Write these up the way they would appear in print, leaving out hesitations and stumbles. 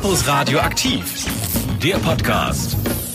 Campus Radio aktiv, der Podcast.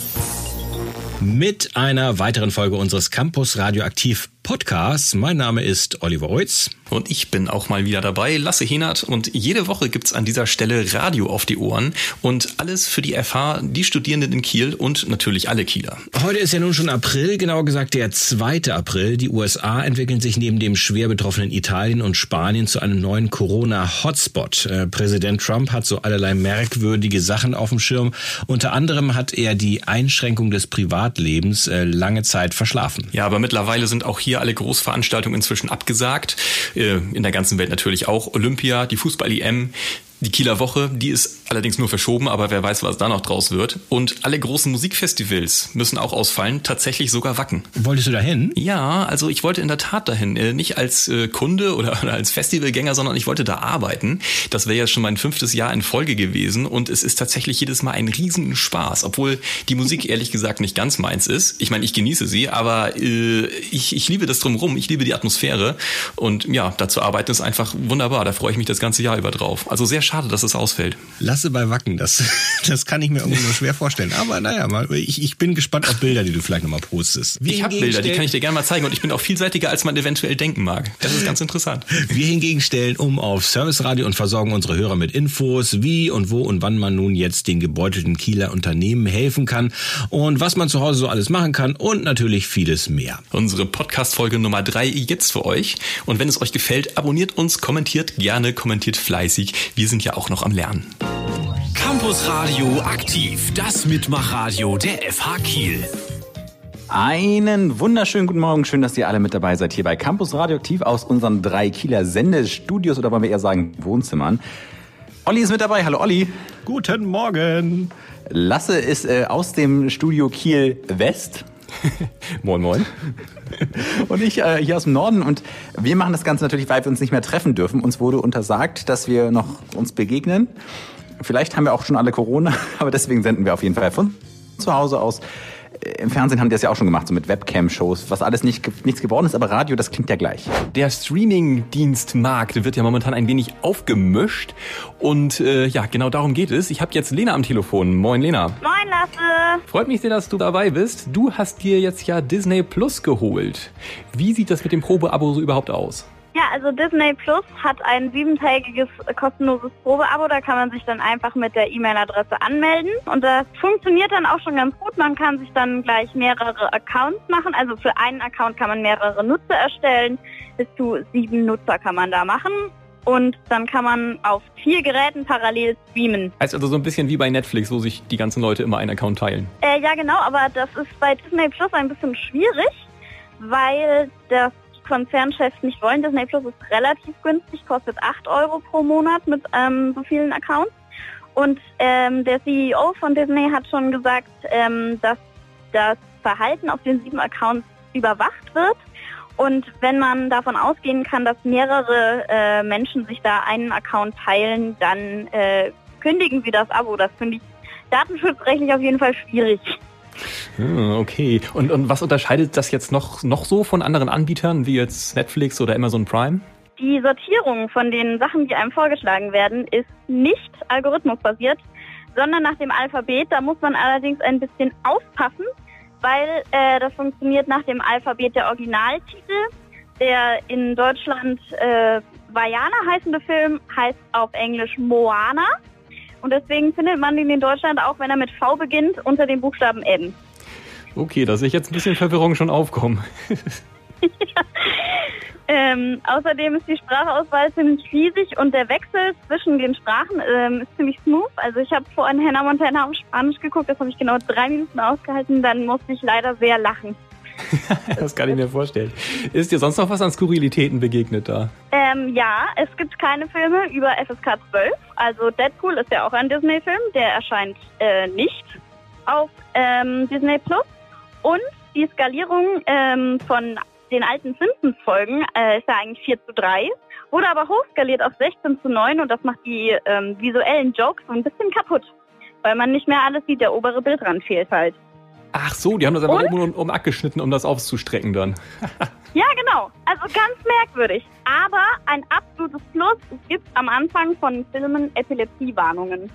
Mit einer weiteren Folge unseres Campus Radio aktiv Podcasts. Mein Name ist Oliver Oitz. Und ich bin auch mal wieder dabei, Lasse Henert. Und jede Woche gibt's an dieser Stelle Radio auf die Ohren. Und alles für die FH, die Studierenden in Kiel und natürlich alle Kieler. Heute ist ja nun schon April, genauer gesagt der 2. April. Die USA entwickeln sich neben dem schwer betroffenen Italien und Spanien zu einem neuen Corona-Hotspot. Präsident Trump hat so allerlei merkwürdige Sachen auf dem Schirm. Unter anderem hat er die Einschränkung des Privatlebens lange Zeit verschlafen. Ja, aber mittlerweile sind auch hier alle Großveranstaltungen inzwischen abgesagt. In der ganzen Welt natürlich auch. Olympia, die Fußball-EM, die Kieler Woche, die ist allerdings nur verschoben, aber wer weiß, was da noch draus wird. Und alle großen Musikfestivals müssen auch ausfallen, tatsächlich sogar Wacken. Wolltest du dahin? Ja, also ich wollte in der Tat dahin. Nicht als Kunde oder als Festivalgänger, sondern ich wollte da arbeiten. Das wäre jetzt schon mein 5. Jahr in Folge gewesen und es ist tatsächlich jedes Mal ein Riesenspaß, obwohl die Musik ehrlich gesagt nicht ganz meins ist. Ich meine, ich genieße sie, aber ich liebe das Drumherum, ich liebe die Atmosphäre und ja, dazu arbeiten ist einfach wunderbar. Da freue ich mich das ganze Jahr über drauf. Also sehr schade, dass es ausfällt. Lasse bei Wacken, das kann ich mir irgendwie nur schwer vorstellen. Aber naja, ich bin gespannt auf Bilder, die du vielleicht nochmal postest. Ich habe Bilder, die kann ich dir gerne mal zeigen und ich bin auch vielseitiger, als man eventuell denken mag. Das ist ganz interessant. Wir hingegen stellen auf Serviceradio und versorgen unsere Hörer mit Infos, wie und wo und wann man nun jetzt den gebeutelten Kieler Unternehmen helfen kann und was man zu Hause so alles machen kann und natürlich vieles mehr. Unsere Podcast-Folge Nummer 3 jetzt für euch. Und wenn es euch gefällt, abonniert uns, kommentiert gerne, kommentiert fleißig. Wir sind ja auch noch am Lernen. Campus Radio aktiv, das Mitmachradio der FH Kiel. Einen wunderschönen guten Morgen. Schön, dass ihr alle mit dabei seid hier bei Campus Radio aktiv aus unseren 3 Kieler Sendestudios oder wollen wir eher sagen Wohnzimmern. Olli ist mit dabei. Hallo Olli. Guten Morgen. Lasse ist aus dem Studio Kiel West. Moin, moin. Und ich hier aus dem Norden. Und wir machen das Ganze natürlich, weil wir uns nicht mehr treffen dürfen. Uns wurde untersagt, dass wir noch uns begegnen. Vielleicht haben wir auch schon alle Corona, aber deswegen senden wir auf jeden Fall von zu Hause aus. Im Fernsehen haben die das ja auch schon gemacht, so mit Webcam-Shows, was alles nichts geworden ist, aber Radio, das klingt ja gleich. Der Streaming-Dienstmarkt wird ja momentan ein wenig aufgemischt und ja, genau darum geht es. Ich habe jetzt Lena am Telefon. Moin, Lena. Moin, Lasse. Freut mich sehr, dass du dabei bist. Du hast dir jetzt ja Disney Plus geholt. Wie sieht das mit dem Probeabo so überhaupt aus? Ja, also Disney Plus hat ein 7-tägiges kostenloses Probeabo. Da kann man sich dann einfach mit der E-Mail-Adresse anmelden. Und das funktioniert dann auch schon ganz gut. Man kann sich dann gleich mehrere Accounts machen. Also für einen Account kann man mehrere Nutzer erstellen. Bis zu 7 Nutzer kann man da machen. Und dann kann man auf 4 Geräten parallel streamen. Heißt also so ein bisschen wie bei Netflix, wo sich die ganzen Leute immer einen Account teilen. Ja, genau. Aber das ist bei Disney Plus ein bisschen schwierig, weil das Konzernchefs nicht wollen. Disney Plus ist relativ günstig, kostet 8 € pro Monat mit so vielen Accounts. Und der CEO von Disney hat schon gesagt, dass das Verhalten auf den 7 Accounts überwacht wird. Und wenn man davon ausgehen kann, dass mehrere Menschen sich da einen Account teilen, dann kündigen sie das Abo. Das finde ich datenschutzrechtlich auf jeden Fall schwierig. Okay. Und was unterscheidet das jetzt noch so von anderen Anbietern, wie jetzt Netflix oder Amazon Prime? Die Sortierung von den Sachen, die einem vorgeschlagen werden, ist nicht algorithmusbasiert, sondern nach dem Alphabet. Da muss man allerdings ein bisschen aufpassen, weil das funktioniert nach dem Alphabet der Originaltitel. Der in Deutschland Vaiana heißende Film heißt auf Englisch Moana. Und deswegen findet man ihn in Deutschland, auch wenn er mit V beginnt, unter dem Buchstaben M. Okay, da sehe ich jetzt ein bisschen Verwirrung schon aufkommen. Außerdem ist die Sprachauswahl ziemlich riesig und der Wechsel zwischen den Sprachen ist ziemlich smooth. Also ich habe vorhin Hannah Montana auf Spanisch geguckt, das habe ich genau 3 Minuten ausgehalten, dann musste ich leider sehr lachen. Das kann ich mir vorstellen. Ist dir sonst noch was an Skurrilitäten begegnet da? Ja, es gibt keine Filme über FSK 12. Also Deadpool ist ja auch ein Disney-Film, der erscheint nicht auf Disney Plus. Und die Skalierung von den alten Simpsons-Folgen ist ja eigentlich 4:3, wurde aber hochskaliert auf 16:9 und das macht die visuellen Jokes so ein bisschen kaputt, weil man nicht mehr alles sieht, der obere Bildrand fehlt halt. Ach so, die haben das einfach oben um abgeschnitten, um das aufzustrecken dann. Ja, genau. Also ganz merkwürdig. Aber ein absolutes Plus, es gibt am Anfang von Filmen Epilepsiewarnungen.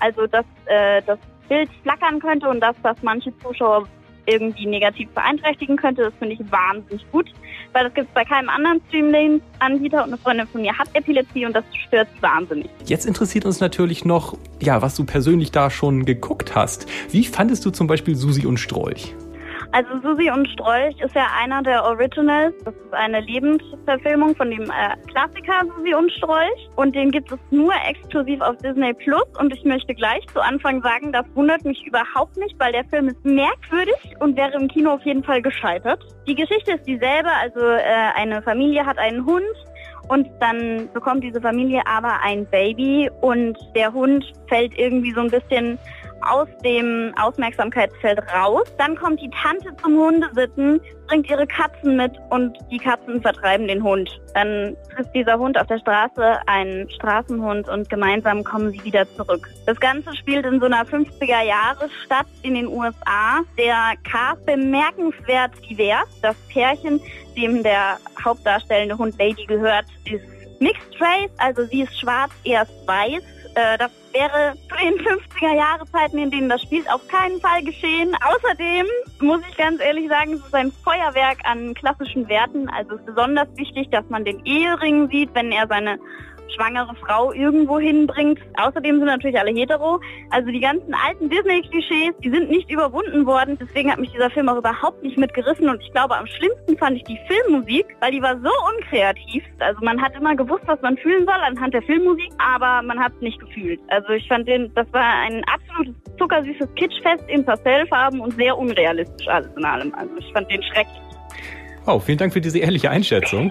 Also dass das Bild flackern könnte und dass das manche Zuschauer irgendwie negativ beeinträchtigen könnte, das finde ich wahnsinnig gut, weil das gibt es bei keinem anderen Streaming-Anbieter und eine Freundin von mir hat Epilepsie und das stört sie wahnsinnig. Jetzt interessiert uns natürlich noch, ja, was du persönlich da schon geguckt hast. Wie fandest du zum Beispiel Susi und Strolch? Also Susi und Strolch ist ja einer der Originals. Das ist eine Lebensverfilmung von dem Klassiker Susi und Strolch. Und den gibt es nur exklusiv auf Disney Plus. Und ich möchte gleich zu Anfang sagen, das wundert mich überhaupt nicht, weil der Film ist merkwürdig und wäre im Kino auf jeden Fall gescheitert. Die Geschichte ist dieselbe. Also eine Familie hat einen Hund. Und dann bekommt diese Familie aber ein Baby und der Hund fällt irgendwie so ein bisschen aus dem Aufmerksamkeitsfeld raus. Dann kommt die Tante zum Hundesitten, bringt ihre Katzen mit und die Katzen vertreiben den Hund. Dann trifft dieser Hund auf der Straße einen Straßenhund und gemeinsam kommen sie wieder zurück. Das Ganze spielt in so einer 50er-Jahre-Stadt in den USA. Der Cast bemerkenswert divers. Das Pärchen, dem der hauptdarstellende Hund Lady gehört, ist Mixed Race, also sie ist schwarz, er ist weiß. Das wäre zu den 50er-Jahre-Zeiten, in denen das spielt, auf keinen Fall geschehen. Außerdem muss ich ganz ehrlich sagen, es ist ein Feuerwerk an klassischen Werten. Also es ist besonders wichtig, dass man den Ehering sieht, wenn er seine schwangere Frau irgendwo hinbringt. Außerdem sind natürlich alle hetero. Also die ganzen alten Disney-Klischees, die sind nicht überwunden worden. Deswegen hat mich dieser Film auch überhaupt nicht mitgerissen. Und ich glaube, am schlimmsten fand ich die Filmmusik, weil die war so unkreativ. Also man hat immer gewusst, was man fühlen soll anhand der Filmmusik, aber man hat es nicht gefühlt. Also ich fand das war ein absolutes zuckersüßes Kitschfest in Pastellfarben und sehr unrealistisch alles in allem. Also ich fand den schrecklich. Oh, vielen Dank für diese ehrliche Einschätzung.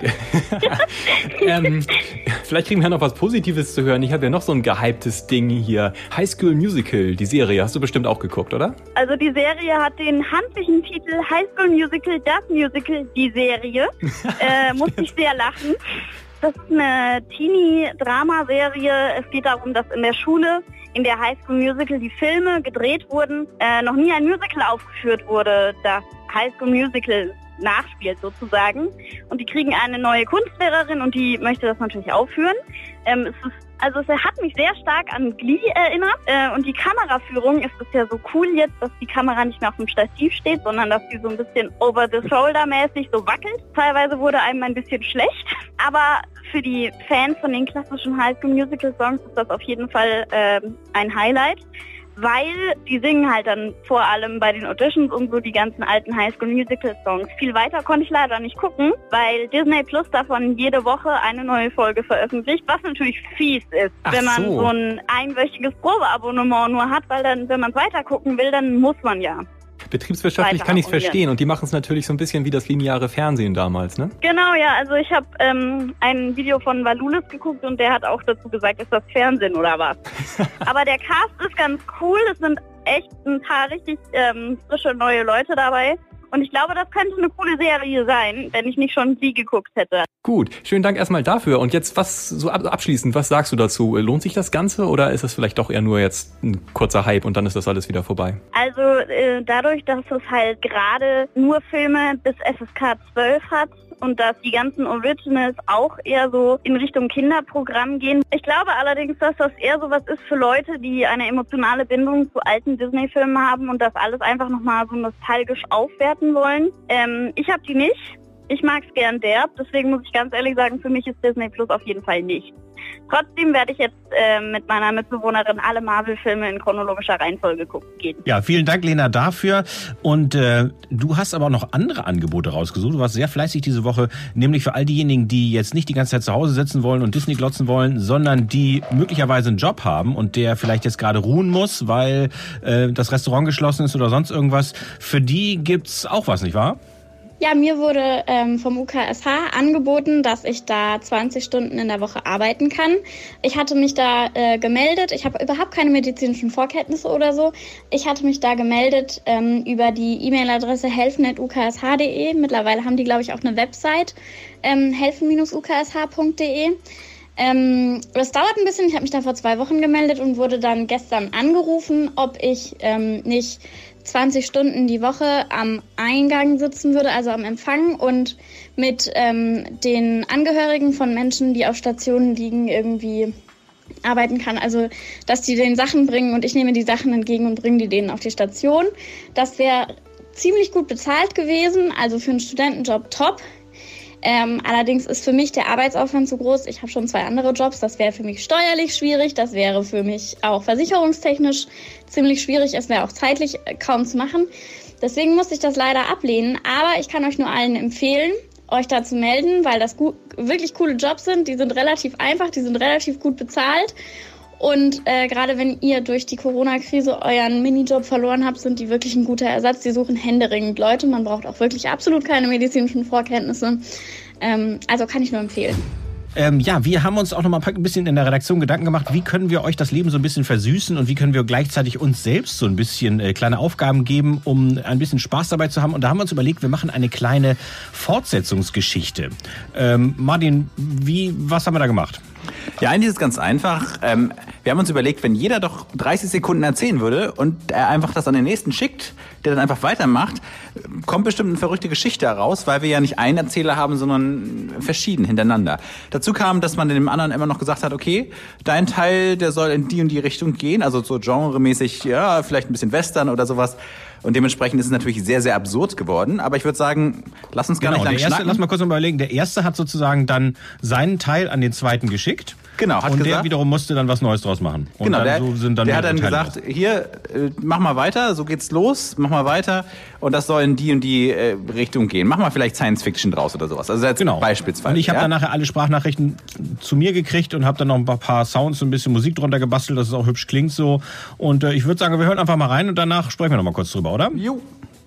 Vielleicht kriegen wir noch was Positives zu hören. Ich habe ja noch so ein gehyptes Ding hier. High School Musical, die Serie, hast du bestimmt auch geguckt, oder? Also die Serie hat den handlichen Titel High School Musical, das Musical, die Serie. Musste ich sehr lachen. Das ist eine Teenie-Drama-Serie. Es geht darum, dass in der Schule, in der High School Musical die Filme gedreht wurden, noch nie ein Musical aufgeführt wurde, das High School Musical nachspielt sozusagen. Und die kriegen eine neue Kunstlehrerin und die möchte das natürlich aufführen. Es hat mich sehr stark an Glee erinnert und die Kameraführung ist es ja so cool jetzt, dass die Kamera nicht mehr auf dem Stativ steht, sondern dass sie so ein bisschen over-the-shoulder-mäßig so wackelt. Teilweise wurde einem ein bisschen schlecht, aber für die Fans von den klassischen High School Musical Songs ist das auf jeden Fall ein Highlight. Weil die singen halt dann vor allem bei den Auditions und so die ganzen alten High School Musical Songs. Viel weiter konnte ich leider nicht gucken, weil Disney Plus davon jede Woche eine neue Folge veröffentlicht, was natürlich fies ist, wenn man so ein einwöchiges Probeabonnement nur hat, weil dann, wenn man weiter gucken will, dann muss man ja. Betriebswirtschaftlich kann ich es verstehen und die machen es natürlich so ein bisschen wie das lineare Fernsehen damals, ne? Genau, ja, also ich habe ein Video von Valulis geguckt und der hat auch dazu gesagt, ist das Fernsehen oder was? Aber der Cast ist ganz cool, es sind echt ein paar richtig frische neue Leute dabei. Und ich glaube, das könnte eine coole Serie sein, wenn ich nicht schon die geguckt hätte. Gut, schönen Dank erstmal dafür. Und jetzt abschließend, was sagst du dazu? Lohnt sich das Ganze oder ist es vielleicht doch eher nur jetzt ein kurzer Hype und dann ist das alles wieder vorbei? Also dadurch, dass es halt gerade nur Filme bis FSK 12 hat und dass die ganzen Originals auch eher so in Richtung Kinderprogramm gehen. Ich glaube allerdings, dass das eher sowas ist für Leute, die eine emotionale Bindung zu alten Disney-Filmen haben und das alles einfach nochmal so nostalgisch aufwerten wollen. Ich habe die nicht. Ich mag es gern derb, deswegen muss ich ganz ehrlich sagen, für mich ist Disney Plus auf jeden Fall nicht. Trotzdem werde ich jetzt mit meiner Mitbewohnerin alle Marvel-Filme in chronologischer Reihenfolge gehen. Ja, vielen Dank, Lena, dafür. Und du hast aber auch noch andere Angebote rausgesucht. Du warst sehr fleißig diese Woche, nämlich für all diejenigen, die jetzt nicht die ganze Zeit zu Hause sitzen wollen und Disney glotzen wollen, sondern die möglicherweise einen Job haben und der vielleicht jetzt gerade ruhen muss, weil das Restaurant geschlossen ist oder sonst irgendwas. Für die gibt's auch was, nicht wahr? Ja, mir wurde vom UKSH angeboten, dass ich da 20 Stunden in der Woche arbeiten kann. Ich hatte mich da gemeldet. Ich habe überhaupt keine medizinischen Vorkenntnisse oder so. Ich hatte mich da gemeldet über die E-Mail-Adresse helfen@uksh.de. Mittlerweile haben die, glaube ich, auch eine Website, helfen-uksh.de. Das dauert ein bisschen. Ich habe mich da vor 2 Wochen gemeldet und wurde dann gestern angerufen, ob ich nicht 20 Stunden die Woche am Eingang sitzen würde, also am Empfang und mit den Angehörigen von Menschen, die auf Stationen liegen, irgendwie arbeiten kann. Also, dass die denen Sachen bringen und ich nehme die Sachen entgegen und bringe die denen auf die Station. Das wäre ziemlich gut bezahlt gewesen, also für einen Studentenjob top. Allerdings ist für mich der Arbeitsaufwand zu groß. Ich habe schon 2 andere Jobs. Das wäre für mich steuerlich schwierig. Das wäre für mich auch versicherungstechnisch ziemlich schwierig. Es wäre auch zeitlich kaum zu machen. Deswegen musste ich das leider ablehnen. Aber ich kann euch nur allen empfehlen, euch da zu melden, weil das wirklich coole Jobs sind. Die sind relativ einfach, die sind relativ gut bezahlt. Und gerade wenn ihr durch die Corona-Krise euren Minijob verloren habt, sind die wirklich ein guter Ersatz. Die suchen händeringend Leute. Man braucht auch wirklich absolut keine medizinischen Vorkenntnisse. Also kann ich nur empfehlen. Wir haben uns auch noch mal ein bisschen in der Redaktion Gedanken gemacht, wie können wir euch das Leben so ein bisschen versüßen und wie können wir gleichzeitig uns selbst so ein bisschen kleine Aufgaben geben, um ein bisschen Spaß dabei zu haben. Und da haben wir uns überlegt, wir machen eine kleine Fortsetzungsgeschichte. Martin, was haben wir da gemacht? Ja, eigentlich ist es ganz einfach. Wir haben uns überlegt, wenn jeder doch 30 Sekunden erzählen würde und er einfach das an den nächsten schickt, der dann einfach weitermacht, kommt bestimmt eine verrückte Geschichte heraus, weil wir ja nicht einen Erzähler haben, sondern verschieden hintereinander. Dazu kam, dass man dem anderen immer noch gesagt hat, okay, dein Teil, der soll in die und die Richtung gehen, also so genremäßig, ja, vielleicht ein bisschen Western oder sowas. Und dementsprechend ist es natürlich sehr, sehr absurd geworden. Aber ich würde sagen, lass uns gar nicht lang schnacken. Lass mal kurz überlegen. Der Erste hat sozusagen dann seinen Teil an den Zweiten geschickt. Genau, und der wiederum musste dann was Neues draus machen. Und genau, der hat dann gesagt, hier, mach mal weiter, so geht's los, mach mal weiter. Und das soll in die und die Richtung gehen. Mach mal vielleicht Science Fiction draus oder sowas. Also jetzt beispielsweise. Und ich habe dann nachher alle Sprachnachrichten zu mir gekriegt und habe dann noch ein paar Sounds, ein bisschen Musik drunter gebastelt, dass es auch hübsch klingt so. Und ich würde sagen, wir hören einfach mal rein und danach sprechen wir noch mal kurz drüber, oder? Jo.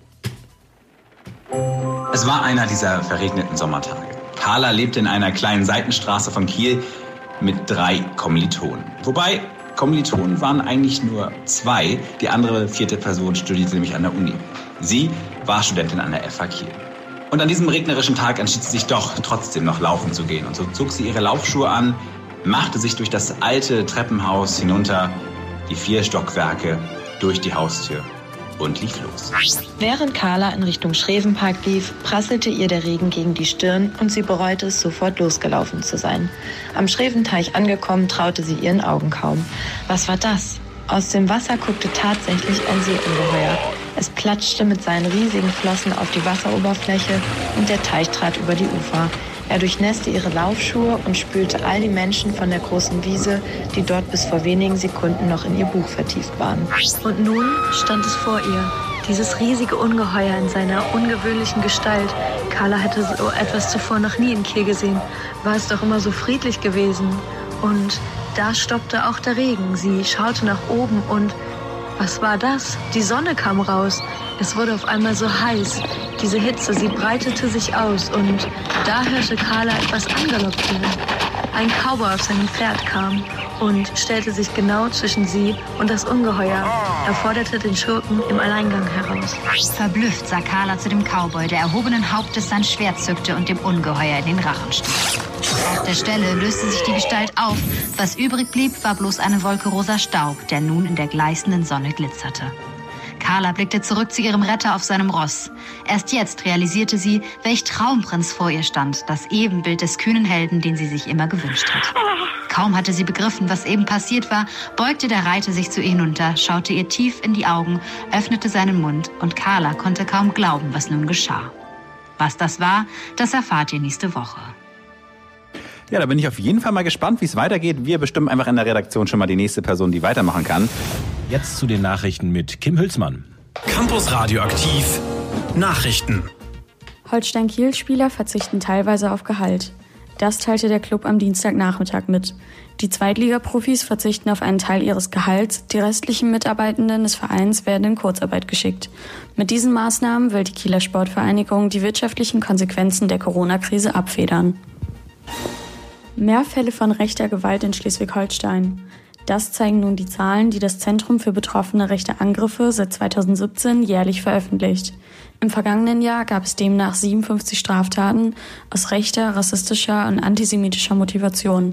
Es war einer dieser verregneten Sommertage. Carla lebte in einer kleinen Seitenstraße von Kiel mit 3 Kommilitonen. Wobei, Kommilitonen waren eigentlich nur 2. Die andere 4. Person studierte nämlich an der Uni. Sie war Studentin an der FH Kiel. Und an diesem regnerischen Tag entschied sie sich doch trotzdem noch laufen zu gehen. Und so zog sie ihre Laufschuhe an, machte sich durch das alte Treppenhaus hinunter, die 4 Stockwerke, durch die Haustür und lief los. Während Carla in Richtung Schrevenpark lief, prasselte ihr der Regen gegen die Stirn und sie bereute es, sofort losgelaufen zu sein. Am Schreventeich angekommen, traute sie ihren Augen kaum. Was war das? Aus dem Wasser guckte tatsächlich ein Seeungeheuer. Es platschte mit seinen riesigen Flossen auf die Wasseroberfläche und der Teich trat über die Ufer. Er durchnässte ihre Laufschuhe und spülte all die Menschen von der großen Wiese, die dort bis vor wenigen Sekunden noch in ihr Buch vertieft waren. Und nun stand es vor ihr, dieses riesige Ungeheuer in seiner ungewöhnlichen Gestalt. Carla hätte so etwas zuvor noch nie in Kiel gesehen. War es doch immer so friedlich gewesen. Und da stoppte auch der Regen. Sie schaute nach oben und was war das? Die Sonne kam raus. Es wurde auf einmal so heiß. Diese Hitze, sie breitete sich aus und da hörte Carla etwas angaloppieren. Ein Cowboy auf seinem Pferd kam und stellte sich genau zwischen sie und das Ungeheuer. Er forderte den Schurken im Alleingang heraus. Verblüfft sah Carla zu dem Cowboy, der erhobenen Hauptes sein Schwert zückte und dem Ungeheuer in den Rachen stieß. Auf der Stelle löste sich die Gestalt auf. Was übrig blieb, war bloß eine Wolke rosa Staub, der nun in der gleißenden Sonne glitzerte. Carla blickte zurück zu ihrem Retter auf seinem Ross. Erst jetzt realisierte sie, welch Traumprinz vor ihr stand, das Ebenbild des kühnen Helden, den sie sich immer gewünscht hat. Kaum hatte sie begriffen, was eben passiert war, beugte der Reiter sich zu ihr hinunter, schaute ihr tief in die Augen, öffnete seinen Mund und Carla konnte kaum glauben, was nun geschah. Was das war, das erfahrt ihr nächste Woche. Ja, da bin ich auf jeden Fall mal gespannt, wie es weitergeht. Wir bestimmen einfach in der Redaktion schon mal die nächste Person, die weitermachen kann. Jetzt zu den Nachrichten mit Kim Hülsmann. Campus Radioaktiv Nachrichten. Holstein-Kiel-Spieler verzichten teilweise auf Gehalt. Das teilte der Club am Dienstagnachmittag mit. Die Zweitliga-Profis verzichten auf einen Teil ihres Gehalts, die restlichen Mitarbeitenden des Vereins werden in Kurzarbeit geschickt. Mit diesen Maßnahmen will die Kieler Sportvereinigung die wirtschaftlichen Konsequenzen der Corona-Krise abfedern. Mehr Fälle von rechter Gewalt in Schleswig-Holstein. Das zeigen nun die Zahlen, die das Zentrum für betroffene rechte Angriffe seit 2017 jährlich veröffentlicht. Im vergangenen Jahr gab es demnach 57 Straftaten aus rechter, rassistischer und antisemitischer Motivation.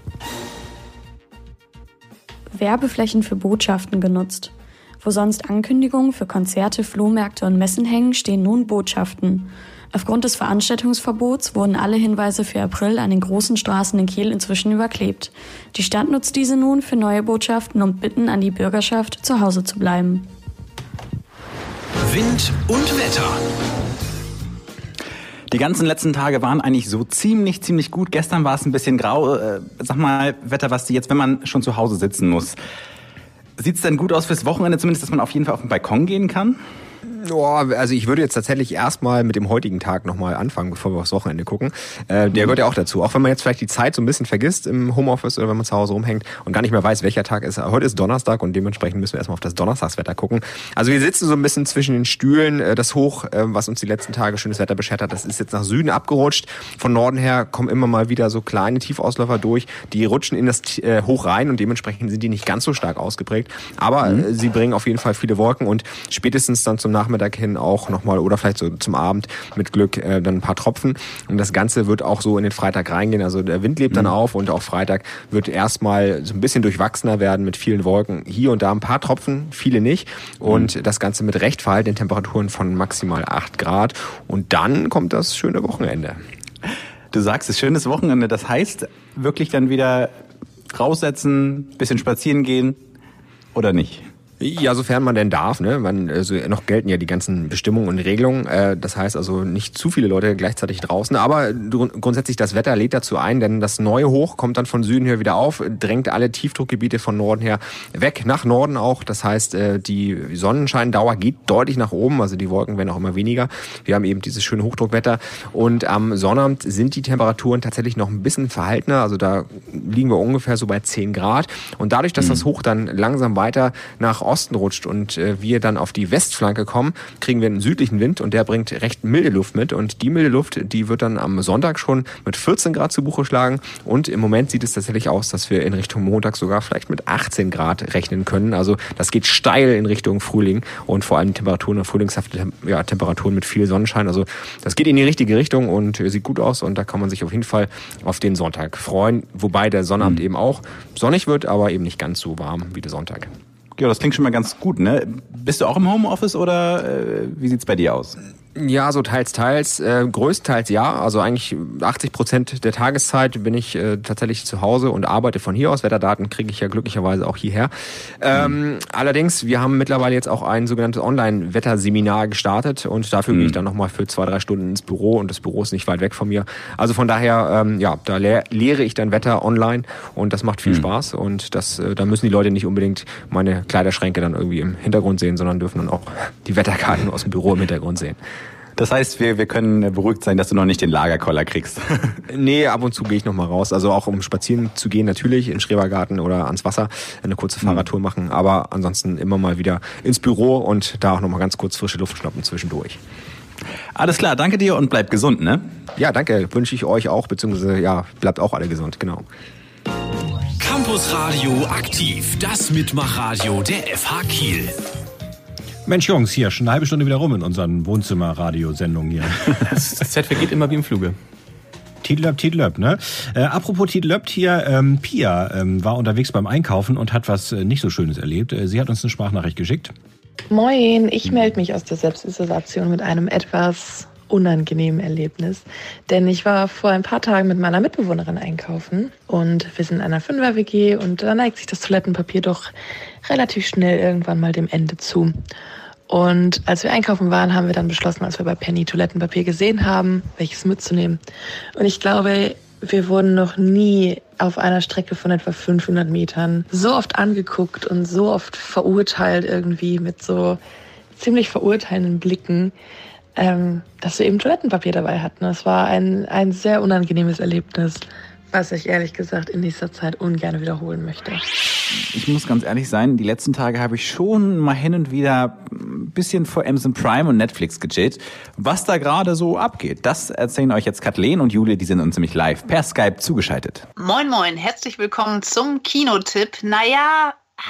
Werbeflächen für Botschaften genutzt. Wo sonst Ankündigungen für Konzerte, Flohmärkte und Messen hängen, stehen nun Botschaften. Aufgrund des Veranstaltungsverbots wurden alle Hinweise für April an den großen Straßen in Kiel inzwischen überklebt. Die Stadt nutzt diese nun für neue Botschaften und Bitten an die Bürgerschaft, zu Hause zu bleiben. Wind und Wetter. Die ganzen letzten Tage waren eigentlich so ziemlich gut. Gestern war es ein bisschen grau. Sag mal, Wetterbasti, jetzt, wenn man schon zu Hause sitzen muss, sieht es denn gut aus fürs Wochenende zumindest, dass man auf jeden Fall auf den Balkon gehen kann? Oh, also ich würde jetzt tatsächlich erstmal mit dem heutigen Tag nochmal anfangen, bevor wir aufs Wochenende gucken. Der gehört ja auch dazu. Auch wenn man jetzt vielleicht die Zeit so ein bisschen vergisst im Homeoffice oder wenn man zu Hause rumhängt und gar nicht mehr weiß, welcher Tag ist. Heute ist Donnerstag und dementsprechend müssen wir erstmal auf das Donnerstagswetter gucken. Also wir sitzen so ein bisschen zwischen den Stühlen. Das Hoch, was uns die letzten Tage schönes Wetter beschert hat, das ist jetzt nach Süden abgerutscht. Von Norden her kommen immer mal wieder so kleine Tiefausläufer durch. Die rutschen in das Hoch rein und dementsprechend sind die nicht ganz so stark ausgeprägt. Aber sie bringen auf jeden Fall viele Wolken und spätestens dann zum Nachmittag hin auch nochmal oder vielleicht so zum Abend mit Glück dann ein paar Tropfen. Und das Ganze wird auch so in den Freitag reingehen. Also der Wind lebt dann auf und auch Freitag wird erstmal so ein bisschen durchwachsener werden mit vielen Wolken. Hier und da ein paar Tropfen, viele nicht. Und das Ganze mit recht verhaltenen Temperaturen von maximal 8 Grad. Und dann kommt das schöne Wochenende. Du sagst, es ist schönes Wochenende. Das heißt, wirklich dann wieder raussetzen, bisschen spazieren gehen oder nicht? Ja, sofern man denn darf, ne? Also noch gelten ja die ganzen Bestimmungen und Regelungen. Das heißt also nicht zu viele Leute gleichzeitig draußen. Aber grundsätzlich das Wetter lädt dazu ein, denn das neue Hoch kommt dann von Süden her wieder auf, drängt alle Tiefdruckgebiete von Norden her weg, nach Norden auch. Das heißt, die Sonnenscheindauer geht deutlich nach oben, also die Wolken werden auch immer weniger. Wir haben eben dieses schöne Hochdruckwetter. Und am Sonnabend sind die Temperaturen tatsächlich noch ein bisschen verhaltener. Also da liegen wir ungefähr so bei 10 Grad. Und dadurch, dass das Hoch dann langsam weiter nach Osten rutscht und wir dann auf die Westflanke kommen, kriegen wir einen südlichen Wind und der bringt recht milde Luft mit und die milde Luft, die wird dann am Sonntag schon mit 14 Grad zu Buche schlagen und im Moment sieht es tatsächlich aus, dass wir in Richtung Montag sogar vielleicht mit 18 Grad rechnen können. Also das geht steil in Richtung Frühling und vor allem Temperaturen, frühlingshafte Temperaturen mit viel Sonnenschein. Also das geht in die richtige Richtung und sieht gut aus und da kann man sich auf jeden Fall auf den Sonntag freuen, wobei der Sonnabend eben auch sonnig wird, aber eben nicht ganz so warm wie der Sonntag. Ja, das klingt schon mal ganz gut, ne? Bist du auch im Homeoffice oder wie sieht's bei dir aus? Ja, so teils. Größtenteils ja. Also eigentlich 80% der Tageszeit bin ich tatsächlich zu Hause und arbeite von hier aus. Wetterdaten kriege ich ja glücklicherweise auch hierher. Allerdings, wir haben mittlerweile jetzt auch ein sogenanntes Online-Wetterseminar gestartet und dafür gehe ich dann nochmal für 2-3 Stunden ins Büro und das Büro ist nicht weit weg von mir. Also von daher, da lehre ich dann Wetter online und das macht viel Spaß und da müssen die Leute nicht unbedingt meine Kleiderschränke dann irgendwie im Hintergrund sehen, sondern dürfen dann auch die Wetterkarten aus dem Büro im Hintergrund sehen. Das heißt, wir können beruhigt sein, dass du noch nicht den Lagerkoller kriegst. Nee, ab und zu gehe ich noch mal raus. Also auch um spazieren zu gehen natürlich, in den Schrebergarten oder ans Wasser, eine kurze Fahrradtour machen. Aber ansonsten immer mal wieder ins Büro und da auch noch mal ganz kurz frische Luft schnappen zwischendurch. Alles klar, danke dir und bleib gesund, ne? Ja, danke. Wünsche ich euch auch, beziehungsweise bleibt auch alle gesund, genau. Campus Radio aktiv, das Mitmachradio der FH Kiel. Mensch Jungs, hier, schon eine halbe Stunde wieder rum in unseren Wohnzimmer-Radiosendungen hier. Das Zeit vergeht immer wie im Fluge. Titlöp, ne? Apropos Titlöp hier, Pia war unterwegs beim Einkaufen und hat was nicht so Schönes erlebt. Sie hat uns eine Sprachnachricht geschickt. Moin, ich melde mich aus der Selbstisolation mit einem etwas unangenehmen Erlebnis. Denn ich war vor ein paar Tagen mit meiner Mitbewohnerin einkaufen und wir sind in einer 5er-WG und da neigt sich das Toilettenpapier doch relativ schnell irgendwann mal dem Ende zu. Und als wir einkaufen waren, haben wir dann beschlossen, als wir bei Penny Toilettenpapier gesehen haben, welches mitzunehmen. Und ich glaube, wir wurden noch nie auf einer Strecke von etwa 500 Metern so oft angeguckt und so oft verurteilt irgendwie mit so ziemlich verurteilenden Blicken, dass wir eben Toilettenpapier dabei hatten. Das war ein sehr unangenehmes Erlebnis, was ich ehrlich gesagt in nächster Zeit ungern wiederholen möchte. Ich muss ganz ehrlich sein, die letzten Tage habe ich schon mal hin und wieder ein bisschen vor Amazon Prime und Netflix gechillt. Was da gerade so abgeht, das erzählen euch jetzt Kathleen und Jule, die sind uns nämlich live per Skype zugeschaltet. Moin, herzlich willkommen zum Kinotipp. Naja,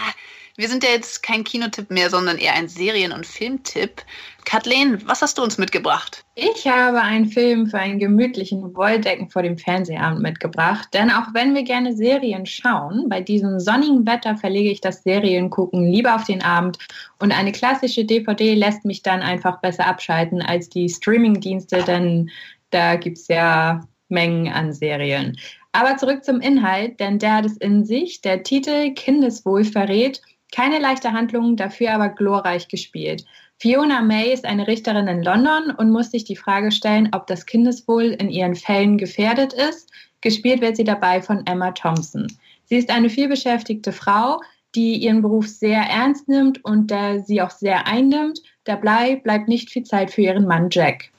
Wir sind ja jetzt kein Kinotipp mehr, sondern eher ein Serien- und Filmtipp. Kathleen, was hast du uns mitgebracht? Ich habe einen Film für einen gemütlichen Wolldecken vor dem Fernsehabend mitgebracht. Denn auch wenn wir gerne Serien schauen, bei diesem sonnigen Wetter verlege ich das Seriengucken lieber auf den Abend. Und eine klassische DVD lässt mich dann einfach besser abschalten als die Streamingdienste, denn da gibt es ja Mengen an Serien. Aber zurück zum Inhalt, denn der hat es in sich. Der Titel Kindeswohl verrät keine leichte Handlung, dafür aber glorreich gespielt. Fiona May ist eine Richterin in London und muss sich die Frage stellen, ob das Kindeswohl in ihren Fällen gefährdet ist. Gespielt wird sie dabei von Emma Thompson. Sie ist eine vielbeschäftigte Frau, die ihren Beruf sehr ernst nimmt und der sie auch sehr einnimmt. Dabei bleibt nicht viel Zeit für ihren Mann Jack.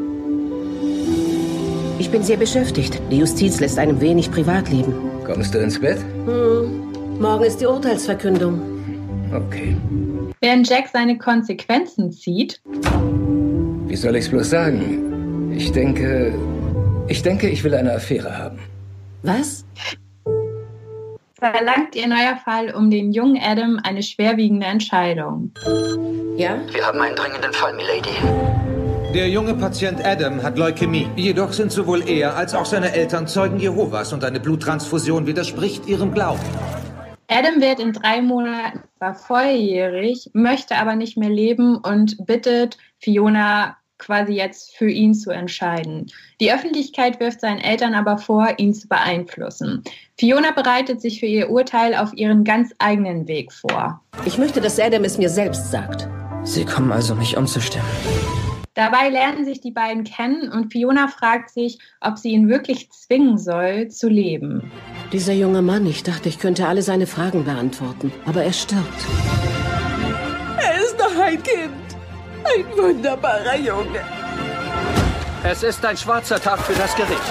Ich bin sehr beschäftigt. Die Justiz lässt einem wenig Privatleben. Kommst du ins Bett? Morgen ist die Urteilsverkündung. Okay. Während Jack seine Konsequenzen zieht... Wie soll ich's bloß sagen? Ich denke, ich will eine Affäre haben. Was? Verlangt ihr neuer Fall um den jungen Adam eine schwerwiegende Entscheidung. Ja? Wir haben einen dringenden Fall, Milady. Der junge Patient Adam hat Leukämie. Jedoch sind sowohl er als auch seine Eltern Zeugen Jehovas und eine Bluttransfusion widerspricht ihrem Glauben. Adam wird in 3 Monaten zwar volljährig, möchte aber nicht mehr leben und bittet Fiona quasi jetzt für ihn zu entscheiden. Die Öffentlichkeit wirft seinen Eltern aber vor, ihn zu beeinflussen. Fiona bereitet sich für ihr Urteil auf ihren ganz eigenen Weg vor. Ich möchte, dass Adam es mir selbst sagt. Sie kommen also, mich umzustimmen. Dabei lernen sich die beiden kennen und Fiona fragt sich, ob sie ihn wirklich zwingen soll, zu leben. Dieser junge Mann, ich dachte, ich könnte alle seine Fragen beantworten, aber er stirbt. Er ist noch ein Kind. Ein wunderbarer Junge. Es ist ein schwarzer Tag für das Gericht.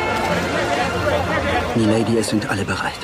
Milady, es sind alle bereit.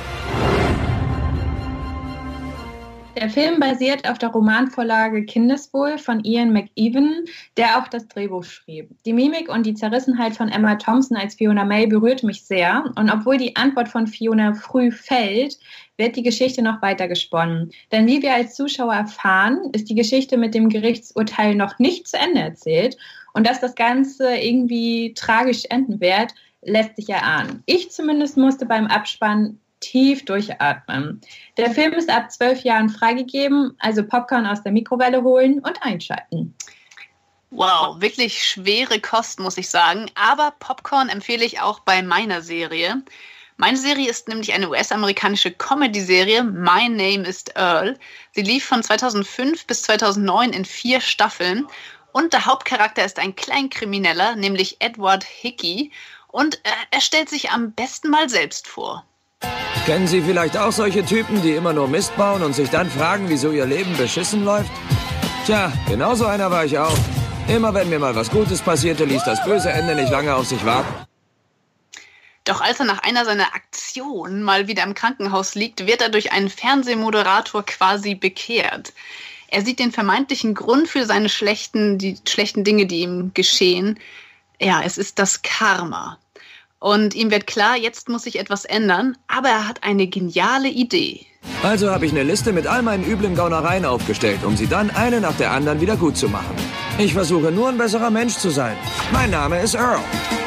Der Film basiert auf der Romanvorlage Kindeswohl von Ian McEwan, der auch das Drehbuch schrieb. Die Mimik und die Zerrissenheit von Emma Thompson als Fiona May berührt mich sehr. Und obwohl die Antwort von Fiona früh fällt, wird die Geschichte noch weiter gesponnen. Denn wie wir als Zuschauer erfahren, ist die Geschichte mit dem Gerichtsurteil noch nicht zu Ende erzählt. Und dass das Ganze irgendwie tragisch enden wird, lässt sich erahnen. Ich zumindest musste beim Abspann tief durchatmen. Der Film ist ab 12 Jahren freigegeben, also Popcorn aus der Mikrowelle holen und einschalten. Wow, wirklich schwere Kost, muss ich sagen. Aber Popcorn empfehle ich auch bei meiner Serie. Meine Serie ist nämlich eine US-amerikanische Comedy-Serie. My Name is Earl. Sie lief von 2005 bis 2009 in 4 Staffeln. Und der Hauptcharakter ist ein Kleinkrimineller, nämlich Edward Hickey. Und er stellt sich am besten mal selbst vor. Kennen Sie vielleicht auch solche Typen, die immer nur Mist bauen und sich dann fragen, wieso ihr Leben beschissen läuft? Tja, genau so einer war ich auch. Immer wenn mir mal was Gutes passierte, ließ das böse Ende nicht lange auf sich warten. Doch als er nach einer seiner Aktionen mal wieder im Krankenhaus liegt, wird er durch einen Fernsehmoderator quasi bekehrt. Er sieht den vermeintlichen Grund für seine schlechten Dinge, die ihm geschehen. Ja, es ist das Karma. Und ihm wird klar, jetzt muss sich etwas ändern, aber er hat eine geniale Idee. Also habe ich eine Liste mit all meinen üblen Gaunereien aufgestellt, um sie dann eine nach der anderen wieder gut zu machen. Ich versuche nur ein besserer Mensch zu sein. Mein Name ist Earl.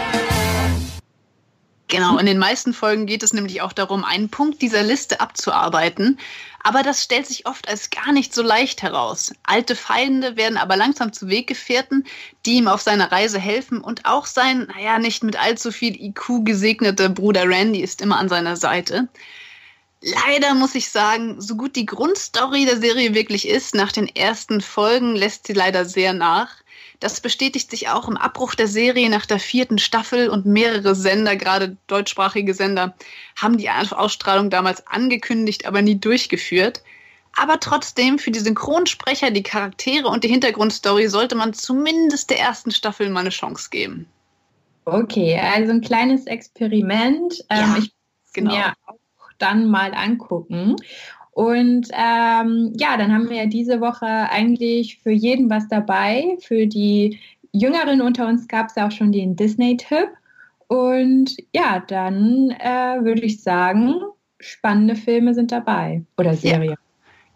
Genau, in den meisten Folgen geht es nämlich auch darum, einen Punkt dieser Liste abzuarbeiten. Aber das stellt sich oft als gar nicht so leicht heraus. Alte Feinde werden aber langsam zu Weggefährten, die ihm auf seiner Reise helfen. Und auch sein, nicht mit allzu viel IQ gesegneter Bruder Randy ist immer an seiner Seite. Leider muss ich sagen, so gut die Grundstory der Serie wirklich ist, nach den ersten Folgen lässt sie leider sehr nach. Das bestätigt sich auch im Abbruch der Serie nach der 4. Staffel und mehrere Sender, gerade deutschsprachige Sender, haben die Ausstrahlung damals angekündigt, aber nie durchgeführt. Aber trotzdem, für die Synchronsprecher, die Charaktere und die Hintergrundstory sollte man zumindest der 1. Staffel mal eine Chance geben. Okay, also ein kleines Experiment. Ja, ich genau. Mir auch dann mal angucken. Und dann haben wir ja diese Woche eigentlich für jeden was dabei. Für die Jüngeren unter uns gab es ja auch schon den Disney-Tipp. Und ja, dann würde ich sagen, spannende Filme sind dabei. Oder Serien. Ja.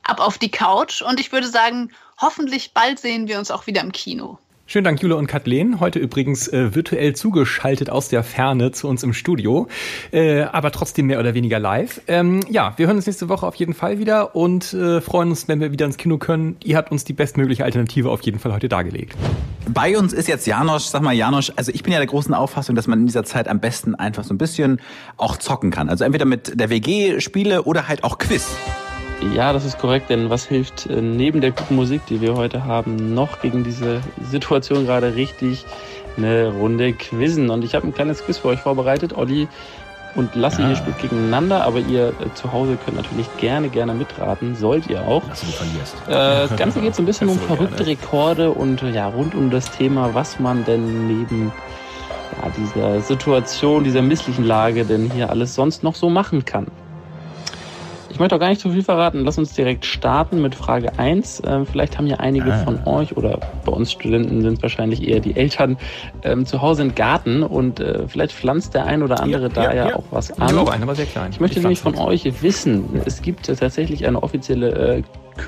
ab auf die Couch und ich würde sagen, hoffentlich bald sehen wir uns auch wieder im Kino. Schönen Dank, Jule und Kathleen. Heute übrigens virtuell zugeschaltet aus der Ferne zu uns im Studio, aber trotzdem mehr oder weniger live. Ja, wir hören uns nächste Woche auf jeden Fall wieder und freuen uns, wenn wir wieder ins Kino können. Ihr habt uns die bestmögliche Alternative auf jeden Fall heute dargelegt. Bei uns ist jetzt Janosch. Sag mal, Janosch, also ich bin ja der großen Auffassung, dass man in dieser Zeit am besten einfach so ein bisschen auch zocken kann. Also entweder mit der WG Spiele oder halt auch Quiz. Ja, das ist korrekt, denn was hilft neben der guten Musik, die wir heute haben, noch gegen diese Situation gerade richtig? Eine Runde Quizzen. Und ich habe ein kleines Quiz für euch vorbereitet. Olli und Lassi, ihr spielt gegeneinander, aber ihr zu Hause könnt natürlich gerne mitraten, sollt ihr auch. Lassi, du verlierst. Das Ganze geht so ein bisschen um verrückte Rekorde und ja, rund um das Thema, was man denn neben dieser Situation, dieser misslichen Lage denn hier alles sonst noch so machen kann. Ich möchte auch gar nicht zu viel verraten. Lass uns direkt starten mit Frage 1. Vielleicht haben ja einige von euch, oder bei uns Studenten sind es wahrscheinlich eher die Eltern, zu Hause einen Garten und vielleicht pflanzt der ein oder andere auch was an. Ich aber sehr klein. Ich möchte nämlich von euch wissen, es gibt tatsächlich eine offizielle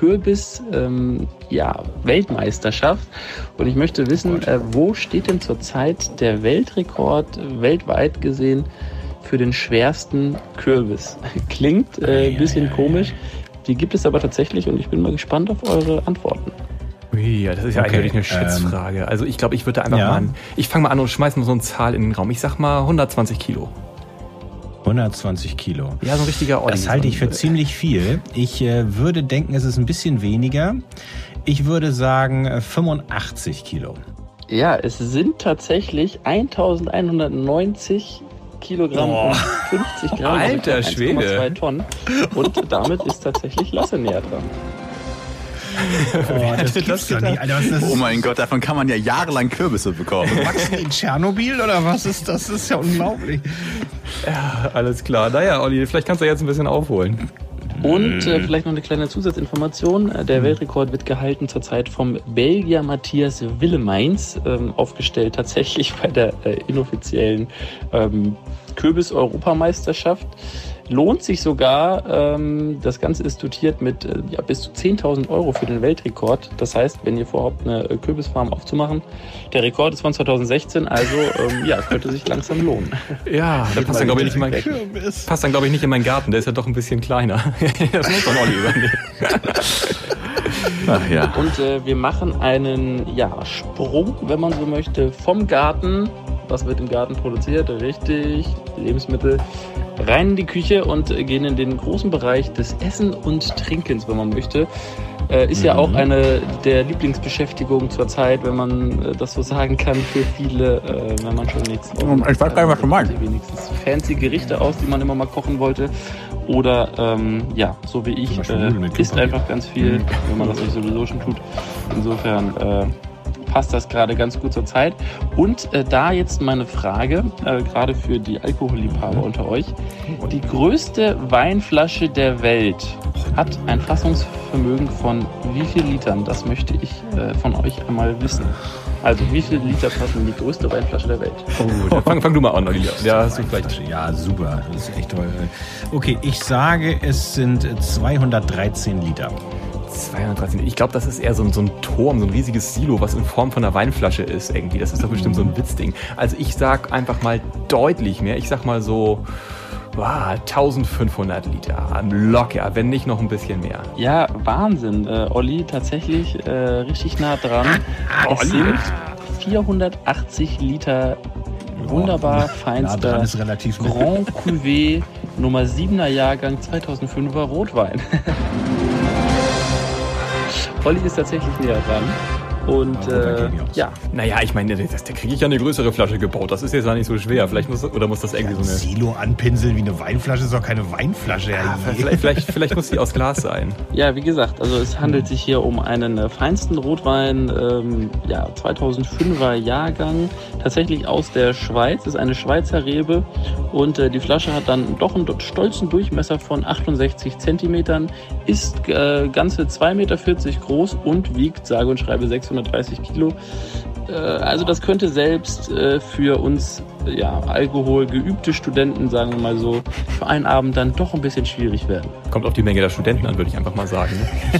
Kürbis-Weltmeisterschaft und ich möchte wissen, wo steht denn zurzeit der Weltrekord weltweit gesehen für den schwersten Kürbis? Klingt ein bisschen komisch. Die gibt es aber tatsächlich und ich bin mal gespannt auf eure Antworten. Ja, das ist ja eigentlich eine Schätzfrage. Also ich glaube, ich würde einfach mal ich fange mal an und schmeiß mal so eine Zahl in den Raum. Ich sag mal 120 Kilo. 120 Kilo. Ja, so ein richtiger Olli. Das halte ich für ziemlich viel. Ich würde denken, es ist ein bisschen weniger. Ich würde sagen 85 Kilo. Ja, es sind tatsächlich 1190 Kilogramm und 50 Gramm. Alter Schwede. 1,2 Tonnen. Und damit ist tatsächlich Lasse näher dran. Das gibt's doch nicht, Alter. Oh mein Gott, davon kann man ja jahrelang Kürbisse bekommen. Wachsen die in Tschernobyl oder was ist das? Das ist ja unglaublich. Ja, alles klar. Naja, Olli, vielleicht kannst du jetzt ein bisschen aufholen. Und vielleicht noch eine kleine Zusatzinformation. Der Weltrekord wird gehalten zurzeit vom Belgier Matthias Willemeins, aufgestellt tatsächlich bei der inoffiziellen Kürbis-Europameisterschaft. Lohnt sich sogar, das Ganze ist dotiert mit bis zu 10.000 Euro für den Weltrekord. Das heißt, wenn ihr vorhabt, eine Kürbisfarm aufzumachen, der Rekord ist von 2016, also könnte sich langsam lohnen. Ja, das passt dann glaube ich nicht in meinen Garten, der ist ja doch ein bisschen kleiner. Das muss dann Olli übernehmen. Ach ja. Und wir machen einen Sprung, wenn man so möchte, vom Garten. Was wird im Garten produziert? Richtig, Lebensmittel. Rein in die Küche und gehen in den großen Bereich des Essen und Trinkens, wenn man möchte. Ist ja auch eine der Lieblingsbeschäftigungen zur Zeit, wenn man das so sagen kann, für viele, wenn man schon nichts. Ich weiß gar nicht, was du meinst. Wenigstens fancy Gerichte aus, die man immer mal kochen wollte. Oder, so wie ich, isst einfach ganz viel, wenn man das nicht sowieso schon tut. Insofern passt das gerade ganz gut zur Zeit. Und da jetzt meine Frage, gerade für die Alkoholliebhaber unter euch. Die größte Weinflasche der Welt hat ein Fassungsvermögen von wie viel Litern? Das möchte ich von euch einmal wissen. Also wie viele Liter passen in die größte Weinflasche der Welt? Oh, fang du mal an, Olivia. Ja, hast du vielleicht. Ja, super. Das ist echt toll. Okay, ich sage, es sind 213 Liter. 213. Ich glaube, das ist eher so ein Turm, so ein riesiges Silo, was in Form von einer Weinflasche ist irgendwie. Das ist doch bestimmt so ein Witzding. Also ich sag einfach mal deutlich mehr. Ich sag mal so 1500 Liter. Locker, wenn nicht noch ein bisschen mehr. Ja, Wahnsinn. Olli, tatsächlich richtig nah dran. Es sind 480 Liter wunderbar feinster Grand Cuvée Nummer 7er Jahrgang 2005er Rotwein. Olli ist tatsächlich näher dran. Und Naja, ich meine, da kriege ich ja eine größere Flasche gebaut. Das ist jetzt gar nicht so schwer. Vielleicht muss das irgendwie so eine Silo anpinseln wie eine Weinflasche, ist doch keine Weinflasche. Vielleicht muss die aus Glas sein. Ja, wie gesagt, also es handelt sich hier um einen feinsten Rotwein, 2005er Jahrgang, tatsächlich aus der Schweiz, ist eine Schweizer Rebe und die Flasche hat dann doch einen stolzen Durchmesser von 68 Zentimetern, ist ganze 2,40 Meter groß und wiegt sage und schreibe 630 Kilo. Also das könnte selbst für uns Alkohol geübte Studenten, sagen wir mal so, für einen Abend dann doch ein bisschen schwierig werden. Kommt auf die Menge der Studenten an, würde ich einfach mal sagen.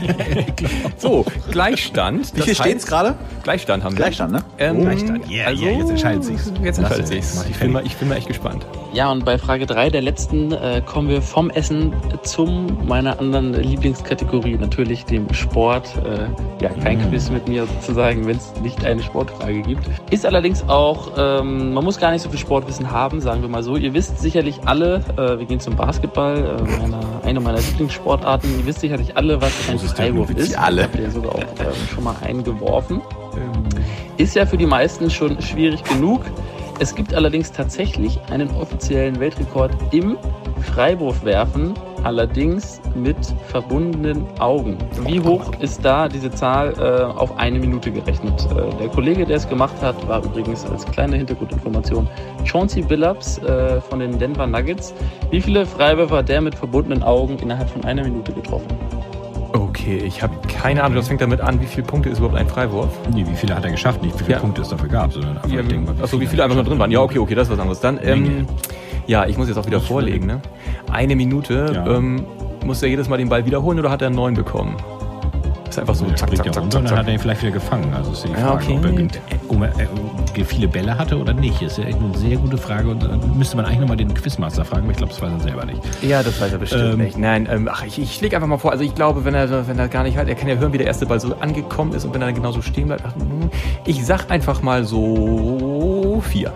So, Gleichstand. Wie viel steht's gerade? Gleichstand haben wir. Gleichstand, ne? Gleichstand. Jetzt entscheidet sich's. Ich bin mal echt gespannt. Ja, und bei Frage 3 der letzten kommen wir vom Essen zu meiner anderen Lieblingskategorie, natürlich dem Sport. Kein Quiz mit mir sozusagen, wenn es nicht eine Sportfrage gibt. Ist allerdings auch, man muss gar nicht so viel Sportwissen haben, sagen wir mal so. Ihr wisst sicherlich alle, wir gehen zum Basketball, eine meiner Lieblingssportarten. Ihr wisst sicherlich alle, was ein Freiwurf ist. Alle. Habt ihr sogar auch schon mal eingeworfen. Ist ja für die meisten schon schwierig genug. Es gibt allerdings tatsächlich einen offiziellen Weltrekord im Freiwurfwerfen, allerdings mit verbundenen Augen. Wie hoch ist da diese Zahl auf eine Minute gerechnet? Der Kollege, der es gemacht hat, war übrigens als kleine Hintergrundinformation Chauncey Billups von den Denver Nuggets. Wie viele Freiwürfe hat der mit verbundenen Augen innerhalb von einer Minute getroffen? Okay, ich habe keine Ahnung, das fängt damit an, wie viele Punkte ist überhaupt ein Freiwurf? Nee, wie viele hat er geschafft, nicht wie viele Punkte es dafür gab, sondern einfach wie viele einfach nur drin waren. Ja, okay, das ist was anderes. Dann, ich muss jetzt auch wieder vorlegen, ne? Eine Minute, muss er jedes Mal den Ball wiederholen oder hat er einen neuen bekommen? Das ist einfach so zack. Und dann hat er ihn vielleicht wieder gefangen. Also ist die Frage, ob er viele Bälle hatte oder nicht. Ist ja echt eine sehr gute Frage. Und dann müsste man eigentlich nochmal den Quizmaster fragen, aber ich glaube, das weiß er selber nicht. Ja, das weiß er bestimmt nicht. Nein, ich schläge einfach mal vor. Also ich glaube, wenn er gar nicht halt, er kann ja hören, wie der erste Ball so angekommen ist und wenn er dann genauso stehen bleibt. Ich sag einfach mal so 4.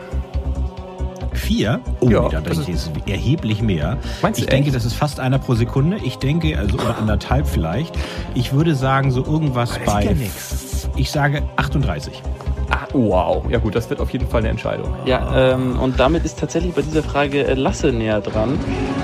4? Oh, da denke ich, ist erheblich mehr. Meinst du, ich denke, das ist fast einer pro Sekunde. Ich denke, oder anderthalb vielleicht. Ich würde sagen, so irgendwas bei, ich sage 38. Ah, wow. Ja gut, das wird auf jeden Fall eine Entscheidung. Ja, und damit ist tatsächlich bei dieser Frage Lasse näher dran.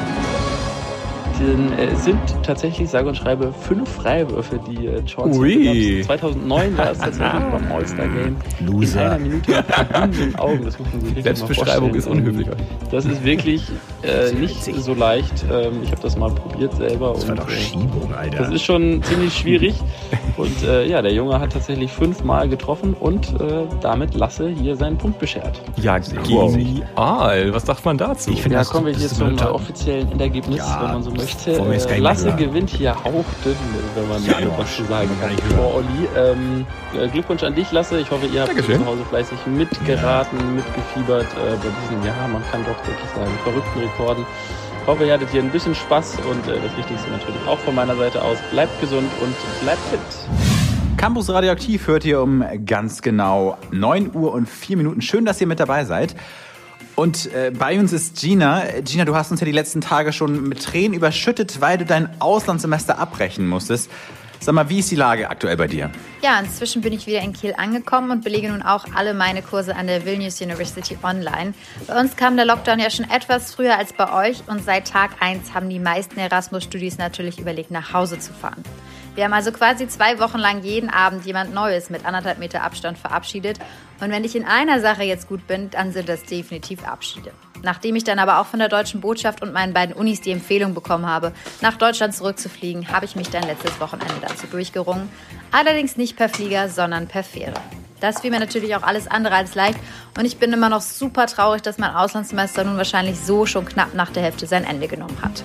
Es sind tatsächlich, sage und schreibe, 5 Freiwürfe, die Chauncey 2009 war es tatsächlich beim All-Star-Game. In einer Minute mit verbundenen Augen. Das muss man sich richtig mal vorstellen. Selbstbeschreibung ist unhöflich. Das ist wirklich nicht so leicht. Ich habe das mal probiert selber. Das war doch Schiebung, Alter. Das ist schon ziemlich schwierig. Und der Junge hat tatsächlich 5 Mal getroffen und damit Lasse hier seinen Punkt beschert. Ja, genial. Was sagt man dazu? Ich finde, kommen wir hier zum offiziellen Endergebnis, wenn man so möchte. Lasse gewinnt hier hauchdünn, wenn man was zu sagen kann. Vor Olli. Glückwunsch an dich, Lasse. Ich hoffe, ihr habt zu Hause fleißig mitgeraten, mitgefiebert bei diesen, man kann doch wirklich sagen, verrückten Rekorden. Ich hoffe, ihr hattet hier ein bisschen Spaß und das Wichtigste natürlich auch von meiner Seite aus. Bleibt gesund und bleibt fit. Campus Radioaktiv hört ihr um ganz genau 9 Uhr und 4 Minuten. Schön, dass ihr mit dabei seid. Und bei uns ist Gina. Gina, du hast uns ja die letzten Tage schon mit Tränen überschüttet, weil du dein Auslandssemester abbrechen musstest. Sag mal, wie ist die Lage aktuell bei dir? Ja, inzwischen bin ich wieder in Kiel angekommen und belege nun auch alle meine Kurse an der Vilnius University online. Bei uns kam der Lockdown ja schon etwas früher als bei euch und seit Tag 1 haben die meisten Erasmus-Studis natürlich überlegt, nach Hause zu fahren. Wir haben also quasi 2 Wochen lang jeden Abend jemand Neues mit 1,5 Meter Abstand verabschiedet. Und wenn ich in einer Sache jetzt gut bin, dann sind das definitiv Abschiede. Nachdem ich dann aber auch von der Deutschen Botschaft und meinen beiden Unis die Empfehlung bekommen habe, nach Deutschland zurückzufliegen, habe ich mich dann letztes Wochenende dazu durchgerungen. Allerdings nicht per Flieger, sondern per Fähre. Das fiel mir natürlich auch alles andere als leicht und ich bin immer noch super traurig, dass mein Auslandssemester nun wahrscheinlich so schon knapp nach der Hälfte sein Ende genommen hat.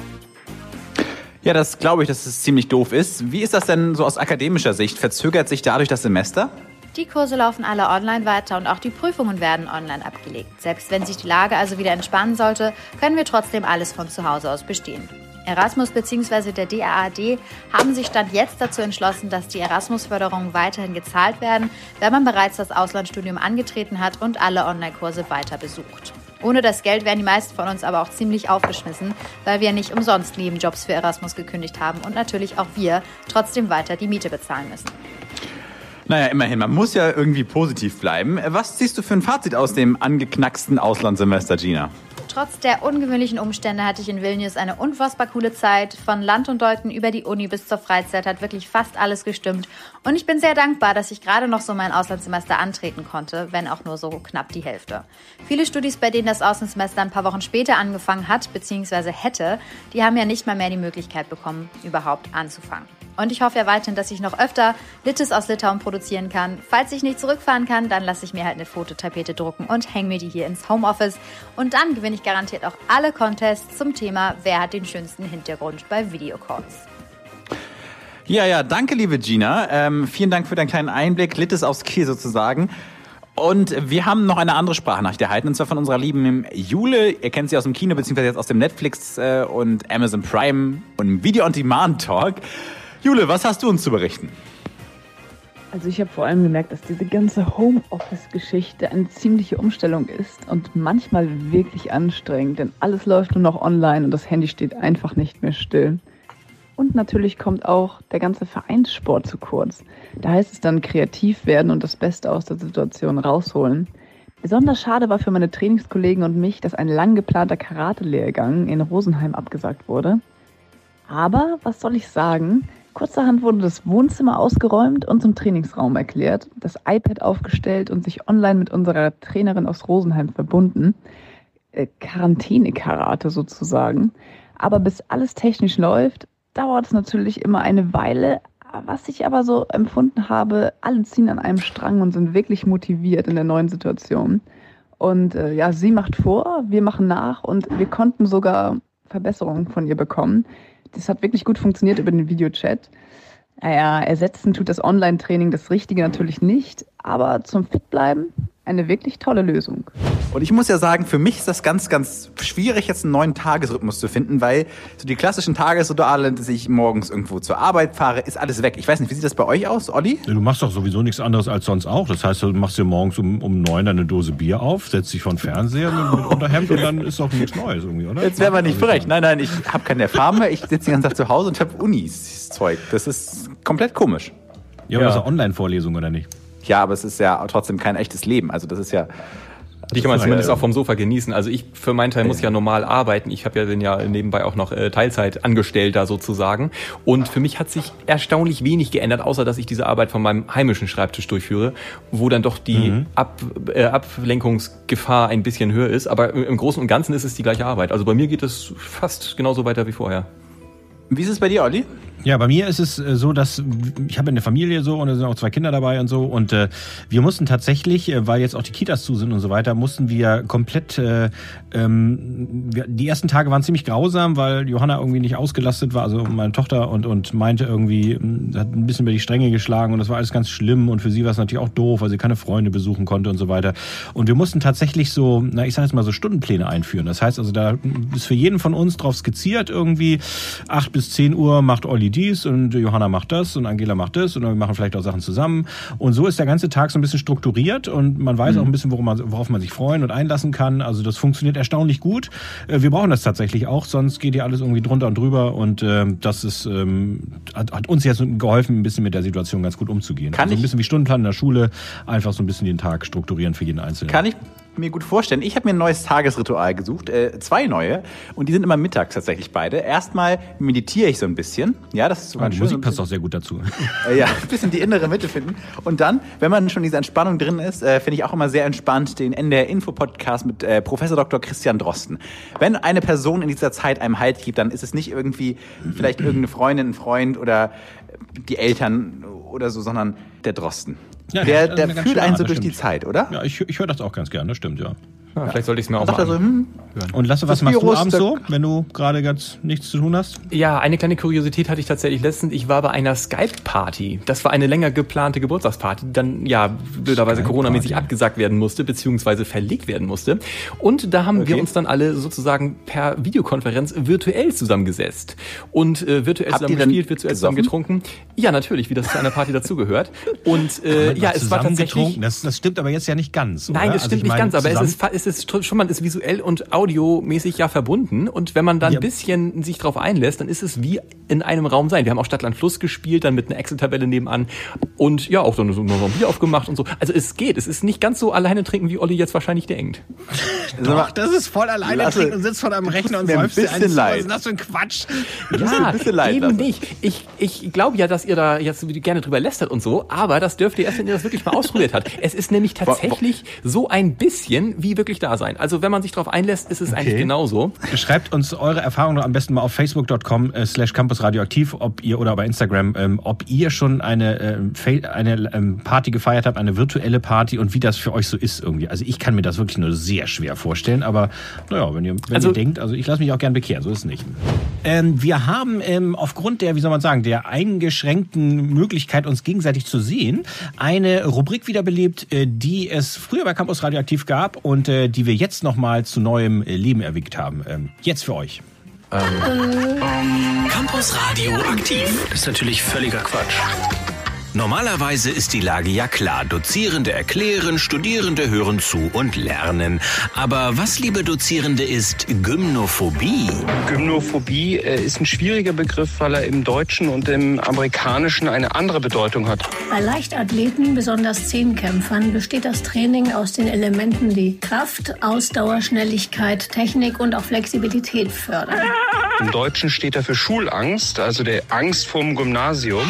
Ja, das glaube ich, dass es ziemlich doof ist. Wie ist das denn so aus akademischer Sicht? Verzögert sich dadurch das Semester? Die Kurse laufen alle online weiter und auch die Prüfungen werden online abgelegt. Selbst wenn sich die Lage also wieder entspannen sollte, können wir trotzdem alles von zu Hause aus bestehen. Erasmus bzw. der DAAD haben sich Stand jetzt dazu entschlossen, dass die Erasmus-Förderungen weiterhin gezahlt werden, wenn man bereits das Auslandsstudium angetreten hat und alle Online-Kurse weiter besucht. Ohne das Geld wären die meisten von uns aber auch ziemlich aufgeschmissen, weil wir nicht umsonst Nebenjobs für Erasmus gekündigt haben und natürlich auch wir trotzdem weiter die Miete bezahlen müssen. Naja, immerhin, man muss ja irgendwie positiv bleiben. Was ziehst du für ein Fazit aus dem angeknacksten Auslandssemester, Gina? Trotz der ungewöhnlichen Umstände hatte ich in Vilnius eine unfassbar coole Zeit. Von Land und Leuten über die Uni bis zur Freizeit hat wirklich fast alles gestimmt. Und ich bin sehr dankbar, dass ich gerade noch so mein Auslandssemester antreten konnte, wenn auch nur so knapp die Hälfte. Viele Studis, bei denen das Auslandssemester ein paar Wochen später angefangen hat, bzw. hätte, die haben ja nicht mal mehr die Möglichkeit bekommen, überhaupt anzufangen. Und ich hoffe ja weiterhin, dass ich noch öfter Littes aus Litauen produzieren kann. Falls ich nicht zurückfahren kann, dann lasse ich mir halt eine Fototapete drucken und hänge mir die hier ins Homeoffice. Und dann gewinne ich garantiert auch alle Contests zum Thema, wer hat den schönsten Hintergrund bei Videocalls. Ja, danke, liebe Gina. Vielen Dank für deinen kleinen Einblick. Littes aus Kiel sozusagen. Und wir haben noch eine andere Sprachnachricht erhalten, und zwar von unserer lieben Jule. Ihr kennt sie aus dem Kino, beziehungsweise jetzt aus dem Netflix und Amazon Prime und Video-on-Demand-Talk. Jule, was hast du uns zu berichten? Also ich habe vor allem gemerkt, dass diese ganze Homeoffice-Geschichte eine ziemliche Umstellung ist und manchmal wirklich anstrengend, denn alles läuft nur noch online und das Handy steht einfach nicht mehr still. Und natürlich kommt auch der ganze Vereinssport zu kurz. Da heißt es dann kreativ werden und das Beste aus der Situation rausholen. Besonders schade war für meine Trainingskollegen und mich, dass ein lang geplanter Karate-Lehrgang in Rosenheim abgesagt wurde. Aber, was soll ich sagen, kurzerhand wurde das Wohnzimmer ausgeräumt und zum Trainingsraum erklärt, das iPad aufgestellt und sich online mit unserer Trainerin aus Rosenheim verbunden. Quarantäne-Karate sozusagen. Aber bis alles technisch läuft, dauert es natürlich immer eine Weile. Was ich aber so empfunden habe, alle ziehen an einem Strang und sind wirklich motiviert in der neuen Situation. Und sie macht vor, wir machen nach und wir konnten sogar Verbesserungen von ihr bekommen. Das hat wirklich gut funktioniert über den Videochat. Naja, ersetzen tut das Online-Training das Richtige natürlich nicht, aber zum Fitbleiben eine wirklich tolle Lösung. Und ich muss ja sagen, für mich ist das ganz, ganz schwierig, jetzt einen neuen Tagesrhythmus zu finden, weil so die klassischen Tagesrituale, dass ich morgens irgendwo zur Arbeit fahre, ist alles weg. Ich weiß nicht, wie sieht das bei euch aus, Olli? Du machst doch sowieso nichts anderes als sonst auch. Das heißt, du machst dir morgens um 9 eine Dose Bier auf, setzt dich vor den Fernseher mit Unterhemd und dann ist doch nichts Neues irgendwie, oder? Jetzt wäre man nicht frech. Nein, ich habe keine Erfahrung mehr. Ich sitze den ganzen Tag zu Hause und habe Unis-Zeug. Das ist komplett komisch. Ja, aber das ist eine Online-Vorlesung, oder nicht? Ja, aber es ist ja trotzdem kein echtes Leben. Also das ist ja... Die kann man zumindest auch vom Sofa genießen. Also ich für meinen Teil muss ja normal arbeiten. Ich habe ja den nebenbei auch noch Teilzeit angestellt da sozusagen. Und für mich hat sich erstaunlich wenig geändert, außer dass ich diese Arbeit von meinem heimischen Schreibtisch durchführe, wo dann doch die Ablenkungsgefahr ein bisschen höher ist. Aber im Großen und Ganzen ist es die gleiche Arbeit. Also bei mir geht es fast genauso weiter wie vorher. Wie ist es bei dir, Olli? Ja, bei mir ist es so, dass ich habe eine Familie so und da sind auch 2 Kinder dabei und so und wir mussten tatsächlich, weil jetzt auch die Kitas zu sind und so weiter, mussten wir komplett, die ersten Tage waren ziemlich grausam, weil Johanna irgendwie nicht ausgelastet war, also meine Tochter und meinte irgendwie, hat ein bisschen über die Stränge geschlagen und das war alles ganz schlimm und für sie war es natürlich auch doof, weil sie keine Freunde besuchen konnte und so weiter. Und wir mussten tatsächlich so, ich sag jetzt mal so Stundenpläne einführen. Das heißt also, da ist für jeden von uns drauf skizziert irgendwie, 8 bis 10 Uhr macht Olli dies und Johanna macht das und Angela macht das und wir machen vielleicht auch Sachen zusammen. Und so ist der ganze Tag so ein bisschen strukturiert und man weiß auch ein bisschen, worauf man sich freuen und einlassen kann. Also das funktioniert erstaunlich gut. Wir brauchen das tatsächlich auch, sonst geht hier alles irgendwie drunter und drüber und das ist hat uns jetzt geholfen, ein bisschen mit der Situation ganz gut umzugehen. Also ein bisschen wie Stundenplan in der Schule, einfach so ein bisschen den Tag strukturieren für jeden Einzelnen. Kann ich mir gut vorstellen. Ich habe mir ein neues Tagesritual gesucht, 2 neue und die sind immer mittags tatsächlich beide. Erstmal meditiere ich so ein bisschen. Ja, das ist so ganz schön. Die Musik passt auch sehr gut dazu. Ja, ein bisschen die innere Mitte finden. Und dann, wenn man schon in dieser Entspannung drin ist, finde ich auch immer sehr entspannt den NDR-Info-Podcast mit Professor Dr. Christian Drosten. Wenn eine Person in dieser Zeit einem Halt gibt, dann ist es nicht irgendwie vielleicht irgendeine Freundin, ein Freund oder die Eltern oder so, sondern der Drosten. Ja, der führt einen so durch die Zeit, oder? Ja, ich höre das auch ganz gerne, das stimmt, ja. Ja, vielleicht sollte ich es mir auch mal hören. Und Lasse, was machst du abends so, wenn du gerade ganz nichts zu tun hast? Ja, eine kleine Kuriosität hatte ich tatsächlich letztens. Ich war bei einer Skype-Party. Das war eine länger geplante Geburtstagsparty, die dann blöderweise coronamäßig abgesagt werden musste, beziehungsweise verlegt werden musste. Und da haben wir uns dann alle sozusagen per Videokonferenz virtuell zusammengesetzt. Und virtuell zusammen gespielt, virtuell zusammen getrunken. Ja, natürlich, wie das zu einer Party dazugehört. Und es war tatsächlich... Das stimmt aber jetzt ja nicht ganz, oder? Nein, das stimmt nicht ganz, aber es ist schon, man ist visuell und audiomäßig ja verbunden und wenn man dann ein bisschen sich drauf einlässt, dann ist es wie in einem Raum sein. Wir haben auch Stadt, Land, Fluss gespielt, dann mit einer Excel-Tabelle nebenan und ja, auch so noch ein Bier aufgemacht und so. Also es geht, es ist nicht ganz so alleine trinken, wie Olli jetzt wahrscheinlich denkt. Doch, das ist voll alleine trinken und sitzt vor deinem Rechner und säufst dir ein. Was ist das für ein Quatsch? Ja, eben nicht. Ich glaube ja, dass ihr da jetzt gerne drüber lästert und so, aber das dürft ihr erst, wenn ihr das wirklich mal ausprobiert habt. Es ist nämlich tatsächlich so ein bisschen wie wirklich wirklich da sein. Also wenn man sich darauf einlässt, ist es eigentlich genauso. Schreibt uns eure Erfahrungen am besten mal auf facebook.com/campusradioaktiv, ob ihr oder bei Instagram, ob ihr schon eine Party gefeiert habt, eine virtuelle Party und wie das für euch so ist irgendwie. Also ich kann mir das wirklich nur sehr schwer vorstellen, aber naja, wenn ihr denkt, also ich lasse mich auch gern bekehren, so ist es nicht. Wir haben aufgrund der, wie soll man sagen, der eingeschränkten Möglichkeit, uns gegenseitig zu sehen, eine Rubrik wiederbelebt, die es früher bei Campus Radioaktiv gab und die wir jetzt nochmal zu neuem Leben erweckt haben. Jetzt für euch. Campus Radioaktiv. Das ist natürlich völliger Quatsch. Normalerweise ist die Lage ja klar. Dozierende erklären, Studierende hören zu und lernen. Aber was, liebe Dozierende, ist Gymnophobie? Gymnophobie ist ein schwieriger Begriff, weil er im Deutschen und im Amerikanischen eine andere Bedeutung hat. Bei Leichtathleten, besonders Zehnkämpfern, besteht das Training aus den Elementen, die Kraft, Ausdauer, Schnelligkeit, Technik und auch Flexibilität fördern. Im Deutschen steht er für Schulangst, also der Angst vorm Gymnasium.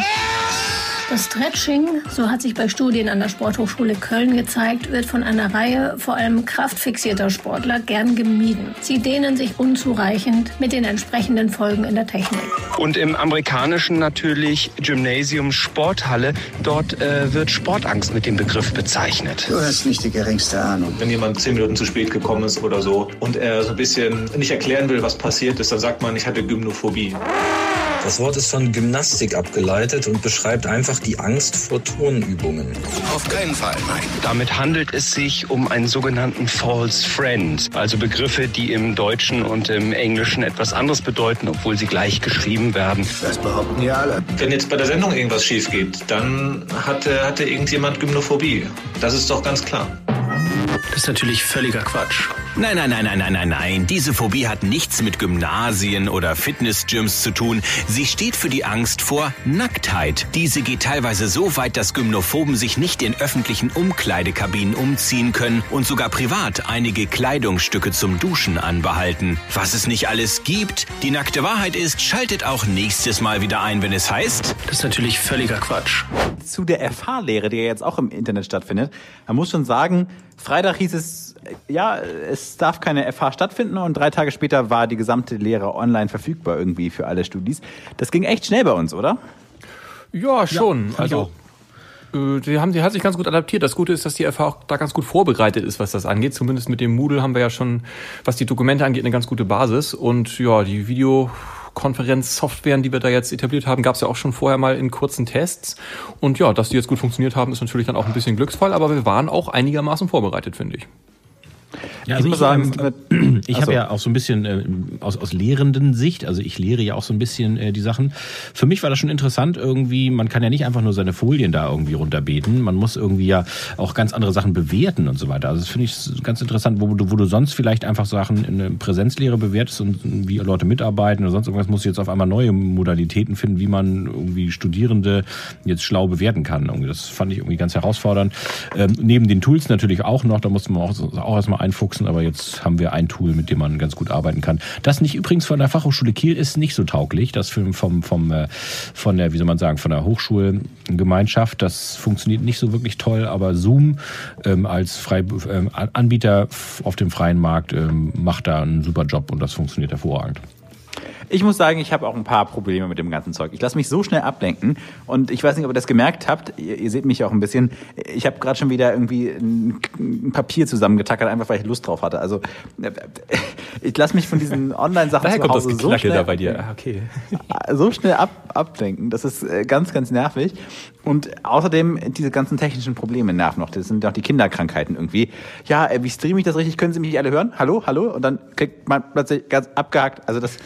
Das Stretching, so hat sich bei Studien an der Sporthochschule Köln gezeigt, wird von einer Reihe vor allem kraftfixierter Sportler gern gemieden. Sie dehnen sich unzureichend mit den entsprechenden Folgen in der Technik. Und im Amerikanischen natürlich Gymnasium, Sporthalle. Dort wird Sportangst mit dem Begriff bezeichnet. Du hast nicht die geringste Ahnung. Wenn jemand 10 Minuten zu spät gekommen ist oder so und er so ein bisschen nicht erklären will, was passiert ist, dann sagt man, ich hatte Gymnophobie. Das Wort ist von Gymnastik abgeleitet und beschreibt einfach die Angst vor Turnübungen. Auf keinen Fall, nein. Damit handelt es sich um einen sogenannten False Friend. Also Begriffe, die im Deutschen und im Englischen etwas anderes bedeuten, obwohl sie gleich geschrieben werden. Das behaupten ja alle. Wenn jetzt bei der Sendung irgendwas schief geht, dann hatte irgendjemand Gymnophobie. Das ist doch ganz klar. Das ist natürlich völliger Quatsch. Nein. Diese Phobie hat nichts mit Gymnasien oder Fitnessgyms zu tun. Sie steht für die Angst vor Nacktheit. Diese geht teilweise so weit, dass Gymnophoben sich nicht in öffentlichen Umkleidekabinen umziehen können und sogar privat einige Kleidungsstücke zum Duschen anbehalten. Was es nicht alles gibt, die nackte Wahrheit ist, schaltet auch nächstes Mal wieder ein, wenn es heißt... Das ist natürlich völliger Quatsch. Zu der FH-Lehre, die ja jetzt auch im Internet stattfindet, man muss schon sagen, Freitag hieß es, ja, es darf keine FH stattfinden und 3 Tage später war die gesamte Lehre online verfügbar irgendwie für alle Studis. Das ging echt schnell bei uns, oder? Ja, schon. Ja, die hat sich ganz gut adaptiert. Das Gute ist, dass die FH auch da ganz gut vorbereitet ist, was das angeht. Zumindest mit dem Moodle haben wir ja schon, was die Dokumente angeht, eine ganz gute Basis. Und ja, die Videokonferenzsoftwaren, die wir da jetzt etabliert haben, gab es ja auch schon vorher mal in kurzen Tests. Und ja, dass die jetzt gut funktioniert haben, ist natürlich dann auch ein bisschen Glücksfall. Aber wir waren auch einigermaßen vorbereitet, finde ich. Ja, also ich habe ja auch so ein bisschen aus lehrenden Sicht, also ich lehre ja auch so ein bisschen die Sachen. Für mich war das schon interessant irgendwie, man kann ja nicht einfach nur seine Folien da irgendwie runterbeten, man muss irgendwie ja auch ganz andere Sachen bewerten und so weiter. Also das finde ich ganz interessant, wo du sonst vielleicht einfach Sachen in der Präsenzlehre bewertest und wie Leute mitarbeiten oder sonst irgendwas, musst du jetzt auf einmal neue Modalitäten finden, wie man irgendwie Studierende jetzt schlau bewerten kann. Irgendwie. Das fand ich irgendwie ganz herausfordernd. Neben den Tools natürlich auch noch, da musste man auch erstmal einfuchsen, aber jetzt haben wir ein Tool, mit dem man ganz gut arbeiten kann. Das nicht übrigens von der Fachhochschule Kiel ist nicht so tauglich, das von der, wie soll man sagen, von der Hochschulgemeinschaft, das funktioniert nicht so wirklich toll, aber Zoom als Anbieter auf dem freien Markt macht da einen super Job und das funktioniert hervorragend. Ich muss sagen, ich habe auch ein paar Probleme mit dem ganzen Zeug. Ich lasse mich so schnell ablenken und ich weiß nicht, ob ihr das gemerkt habt. Ihr seht mich auch ein bisschen. Ich habe gerade schon wieder irgendwie ein Papier zusammengetackert, einfach weil ich Lust drauf hatte. Also ich lasse mich von diesen Online-Sachen zu Hause so schnell da bei dir. Okay. So schnell ablenken. Das ist ganz, ganz nervig. Und außerdem diese ganzen technischen Probleme nerven noch. Das sind auch die Kinderkrankheiten irgendwie. Ja, wie streame ich das richtig? Können Sie mich alle hören? Hallo? Und dann kriegt man plötzlich ganz abgehakt. Also das...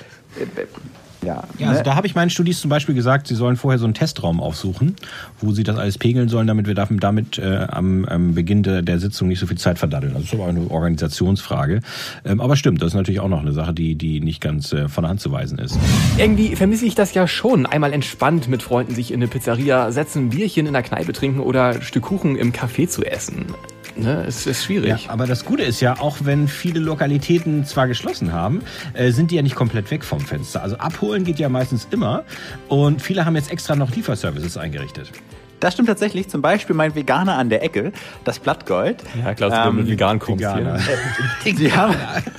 Ja, also da habe ich meinen Studis zum Beispiel gesagt, sie sollen vorher so einen Testraum aufsuchen, wo sie das alles pegeln sollen, damit wir damit am Beginn der Sitzung nicht so viel Zeit verdaddeln. Also das ist aber eine Organisationsfrage. Aber stimmt, das ist natürlich auch noch eine Sache, die nicht ganz von der Hand zu weisen ist. Irgendwie vermisse ich das ja schon. Einmal entspannt mit Freunden sich in eine Pizzeria setzen, ein Bierchen in der Kneipe trinken oder ein Stück Kuchen im Café zu essen. Ne, es ist schwierig. Ja, aber das Gute ist ja, auch wenn viele Lokalitäten zwar geschlossen haben, sind die ja nicht komplett weg vom Fenster. Also abholen geht ja meistens immer und viele haben jetzt extra noch Lieferservices eingerichtet. Das stimmt tatsächlich. Zum Beispiel mein Veganer an der Ecke, das Blattgold. Ja, klar, dass du mit vegan kommst hier. Die haben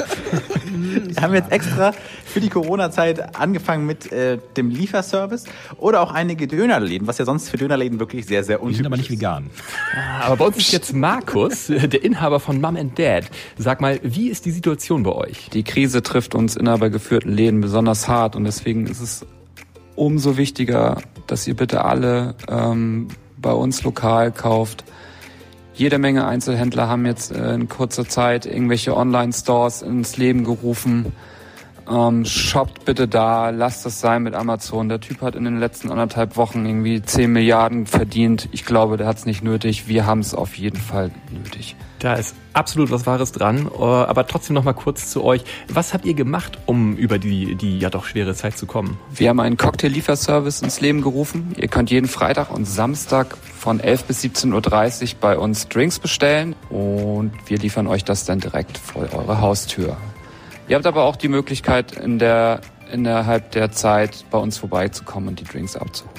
jetzt extra für die Corona-Zeit angefangen mit dem Lieferservice oder auch einige Dönerläden, was ja sonst für Dönerläden wirklich sehr, sehr untypisch ist. Die sind aber nicht vegan. Aber bei uns ist jetzt Markus, der Inhaber von Mom and Dad. Sag mal, wie ist die Situation bei euch? Die Krise trifft uns inhabergeführten Läden besonders hart und deswegen ist es umso wichtiger, dass ihr bitte alle bei uns lokal kauft. Jede Menge Einzelhändler haben jetzt in kurzer Zeit irgendwelche Online-Stores ins Leben gerufen. Shoppt bitte da, lasst es sein mit Amazon. Der Typ hat in den letzten 1,5 Wochen irgendwie 10 Milliarden verdient. Ich glaube, der hat es nicht nötig. Wir haben es auf jeden Fall nötig. Da ist absolut was Wahres dran. Aber trotzdem noch mal kurz zu euch. Was habt ihr gemacht, um über die ja doch schwere Zeit zu kommen? Wir haben einen Cocktail-Lieferservice ins Leben gerufen. Ihr könnt jeden Freitag und Samstag von 11 bis 17.30 Uhr bei uns Drinks bestellen. Und wir liefern euch das dann direkt vor eure Haustür. Ihr habt aber auch die Möglichkeit, innerhalb der Zeit bei uns vorbeizukommen und die Drinks abzuholen.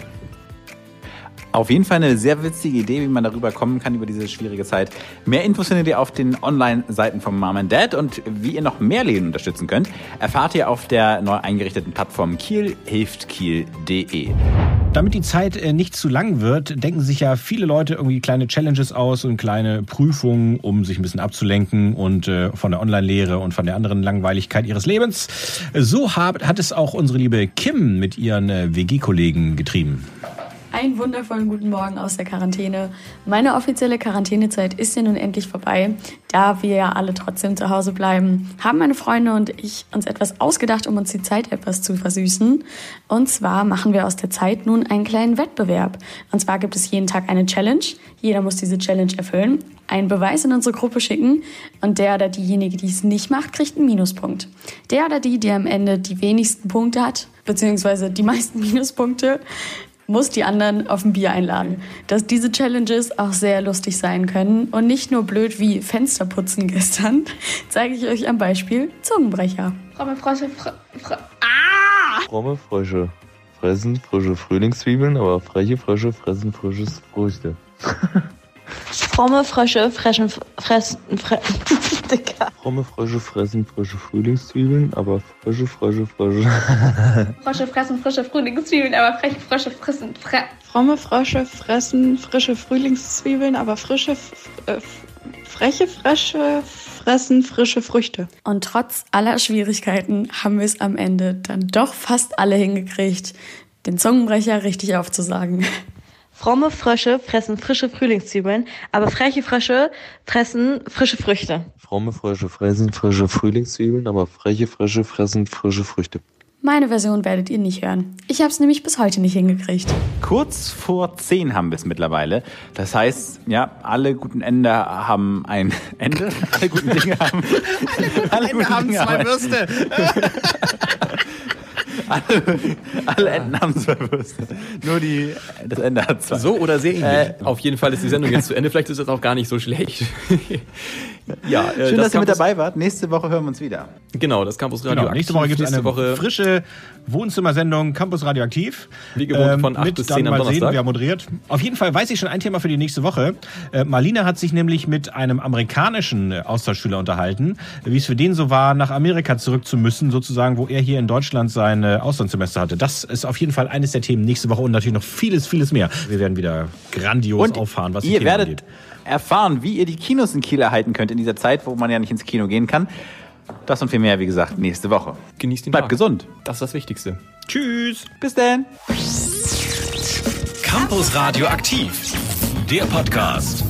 Auf jeden Fall eine sehr witzige Idee, wie man darüber kommen kann, über diese schwierige Zeit. Mehr Infos findet ihr auf den Online-Seiten von Mom and Dad. Und wie ihr noch mehr Läden unterstützen könnt, erfahrt ihr auf der neu eingerichteten Plattform kielhilftkiel.de. Damit die Zeit nicht zu lang wird, denken sich ja viele Leute irgendwie kleine Challenges aus und kleine Prüfungen, um sich ein bisschen abzulenken und von der Online-Lehre und von der anderen Langweiligkeit ihres Lebens. So hat es auch unsere liebe Kim mit ihren WG-Kollegen getrieben. Einen wundervollen guten Morgen aus der Quarantäne. Meine offizielle Quarantänezeit ist ja nun endlich vorbei. Da wir ja alle trotzdem zu Hause bleiben, haben meine Freunde und ich uns etwas ausgedacht, um uns die Zeit etwas zu versüßen. Und zwar machen wir aus der Zeit nun einen kleinen Wettbewerb. Und zwar gibt es jeden Tag eine Challenge. Jeder muss diese Challenge erfüllen, einen Beweis in unsere Gruppe schicken und der oder diejenige, die es nicht macht, kriegt einen Minuspunkt. Der oder die am Ende die wenigsten Punkte hat, beziehungsweise die meisten Minuspunkte, muss die anderen auf ein Bier einladen. Dass diese Challenges auch sehr lustig sein können und nicht nur blöd wie Fensterputzen gestern, zeige ich euch am Beispiel Zungenbrecher. Fromme Frösche fressen frische Frühlingszwiebeln, aber freche Frösche fressen frische Früchte. Fromme Frösche fressen Fromme Frösche fressen frische Frühlingszwiebeln, aber frische Frösche. Frösche fressen frische Frühlingszwiebeln, aber freche Frösche fressen Fromme Frösche fressen frische Frühlingszwiebeln, aber freche Frösche fressen frische Früchte. Und trotz aller Schwierigkeiten haben wir es am Ende dann doch fast alle hingekriegt, den Zungenbrecher richtig aufzusagen. Fromme Frösche fressen frische Frühlingszwiebeln, aber freche Frösche fressen frische Früchte. Fromme Frösche fressen frische Frühlingszwiebeln, aber freche Frösche fressen frische Früchte. Meine Version werdet ihr nicht hören. Ich habe es nämlich bis heute nicht hingekriegt. Kurz vor 10 haben wir es mittlerweile. Das heißt, ja, alle guten Ende haben ein Ende. Alle guten Dinge haben... alle Ende haben zwei Würste. Alle Enden haben 2 Würste. Nur das Ende hat 2. So oder sehr ähnlich. Auf jeden Fall ist die Sendung jetzt zu Ende. Vielleicht ist das auch gar nicht so schlecht. Ja, schön, dass ihr mit dabei wart. Nächste Woche hören wir uns wieder. Genau, das Campus Radio Aktiv. Nächste Woche gibt es eine frische Wohnzimmersendung Campus Radio Aktiv. Wie gewohnt von 8 bis 10 am Donnerstag. Wer moderiert. Auf jeden Fall weiß ich schon ein Thema für die nächste Woche. Marlina hat sich nämlich mit einem amerikanischen Austauschschüler unterhalten, wie es für den so war, nach Amerika zurück zu müssen, sozusagen, wo er hier in Deutschland sein Auslandssemester hatte. Das ist auf jeden Fall eines der Themen nächste Woche und natürlich noch vieles, vieles mehr. Wir werden wieder grandios auffahren, was die Themen angeht. Ihr werdet erfahren, wie ihr die Kinos in Kiel erhalten könnt in dieser Zeit, wo man ja nicht ins Kino gehen kann. Das und viel mehr, wie gesagt, nächste Woche. Genießt den Tag. Bleibt gesund. Das ist das Wichtigste. Tschüss. Bis dann. Campus Radio Aktiv. Der Podcast.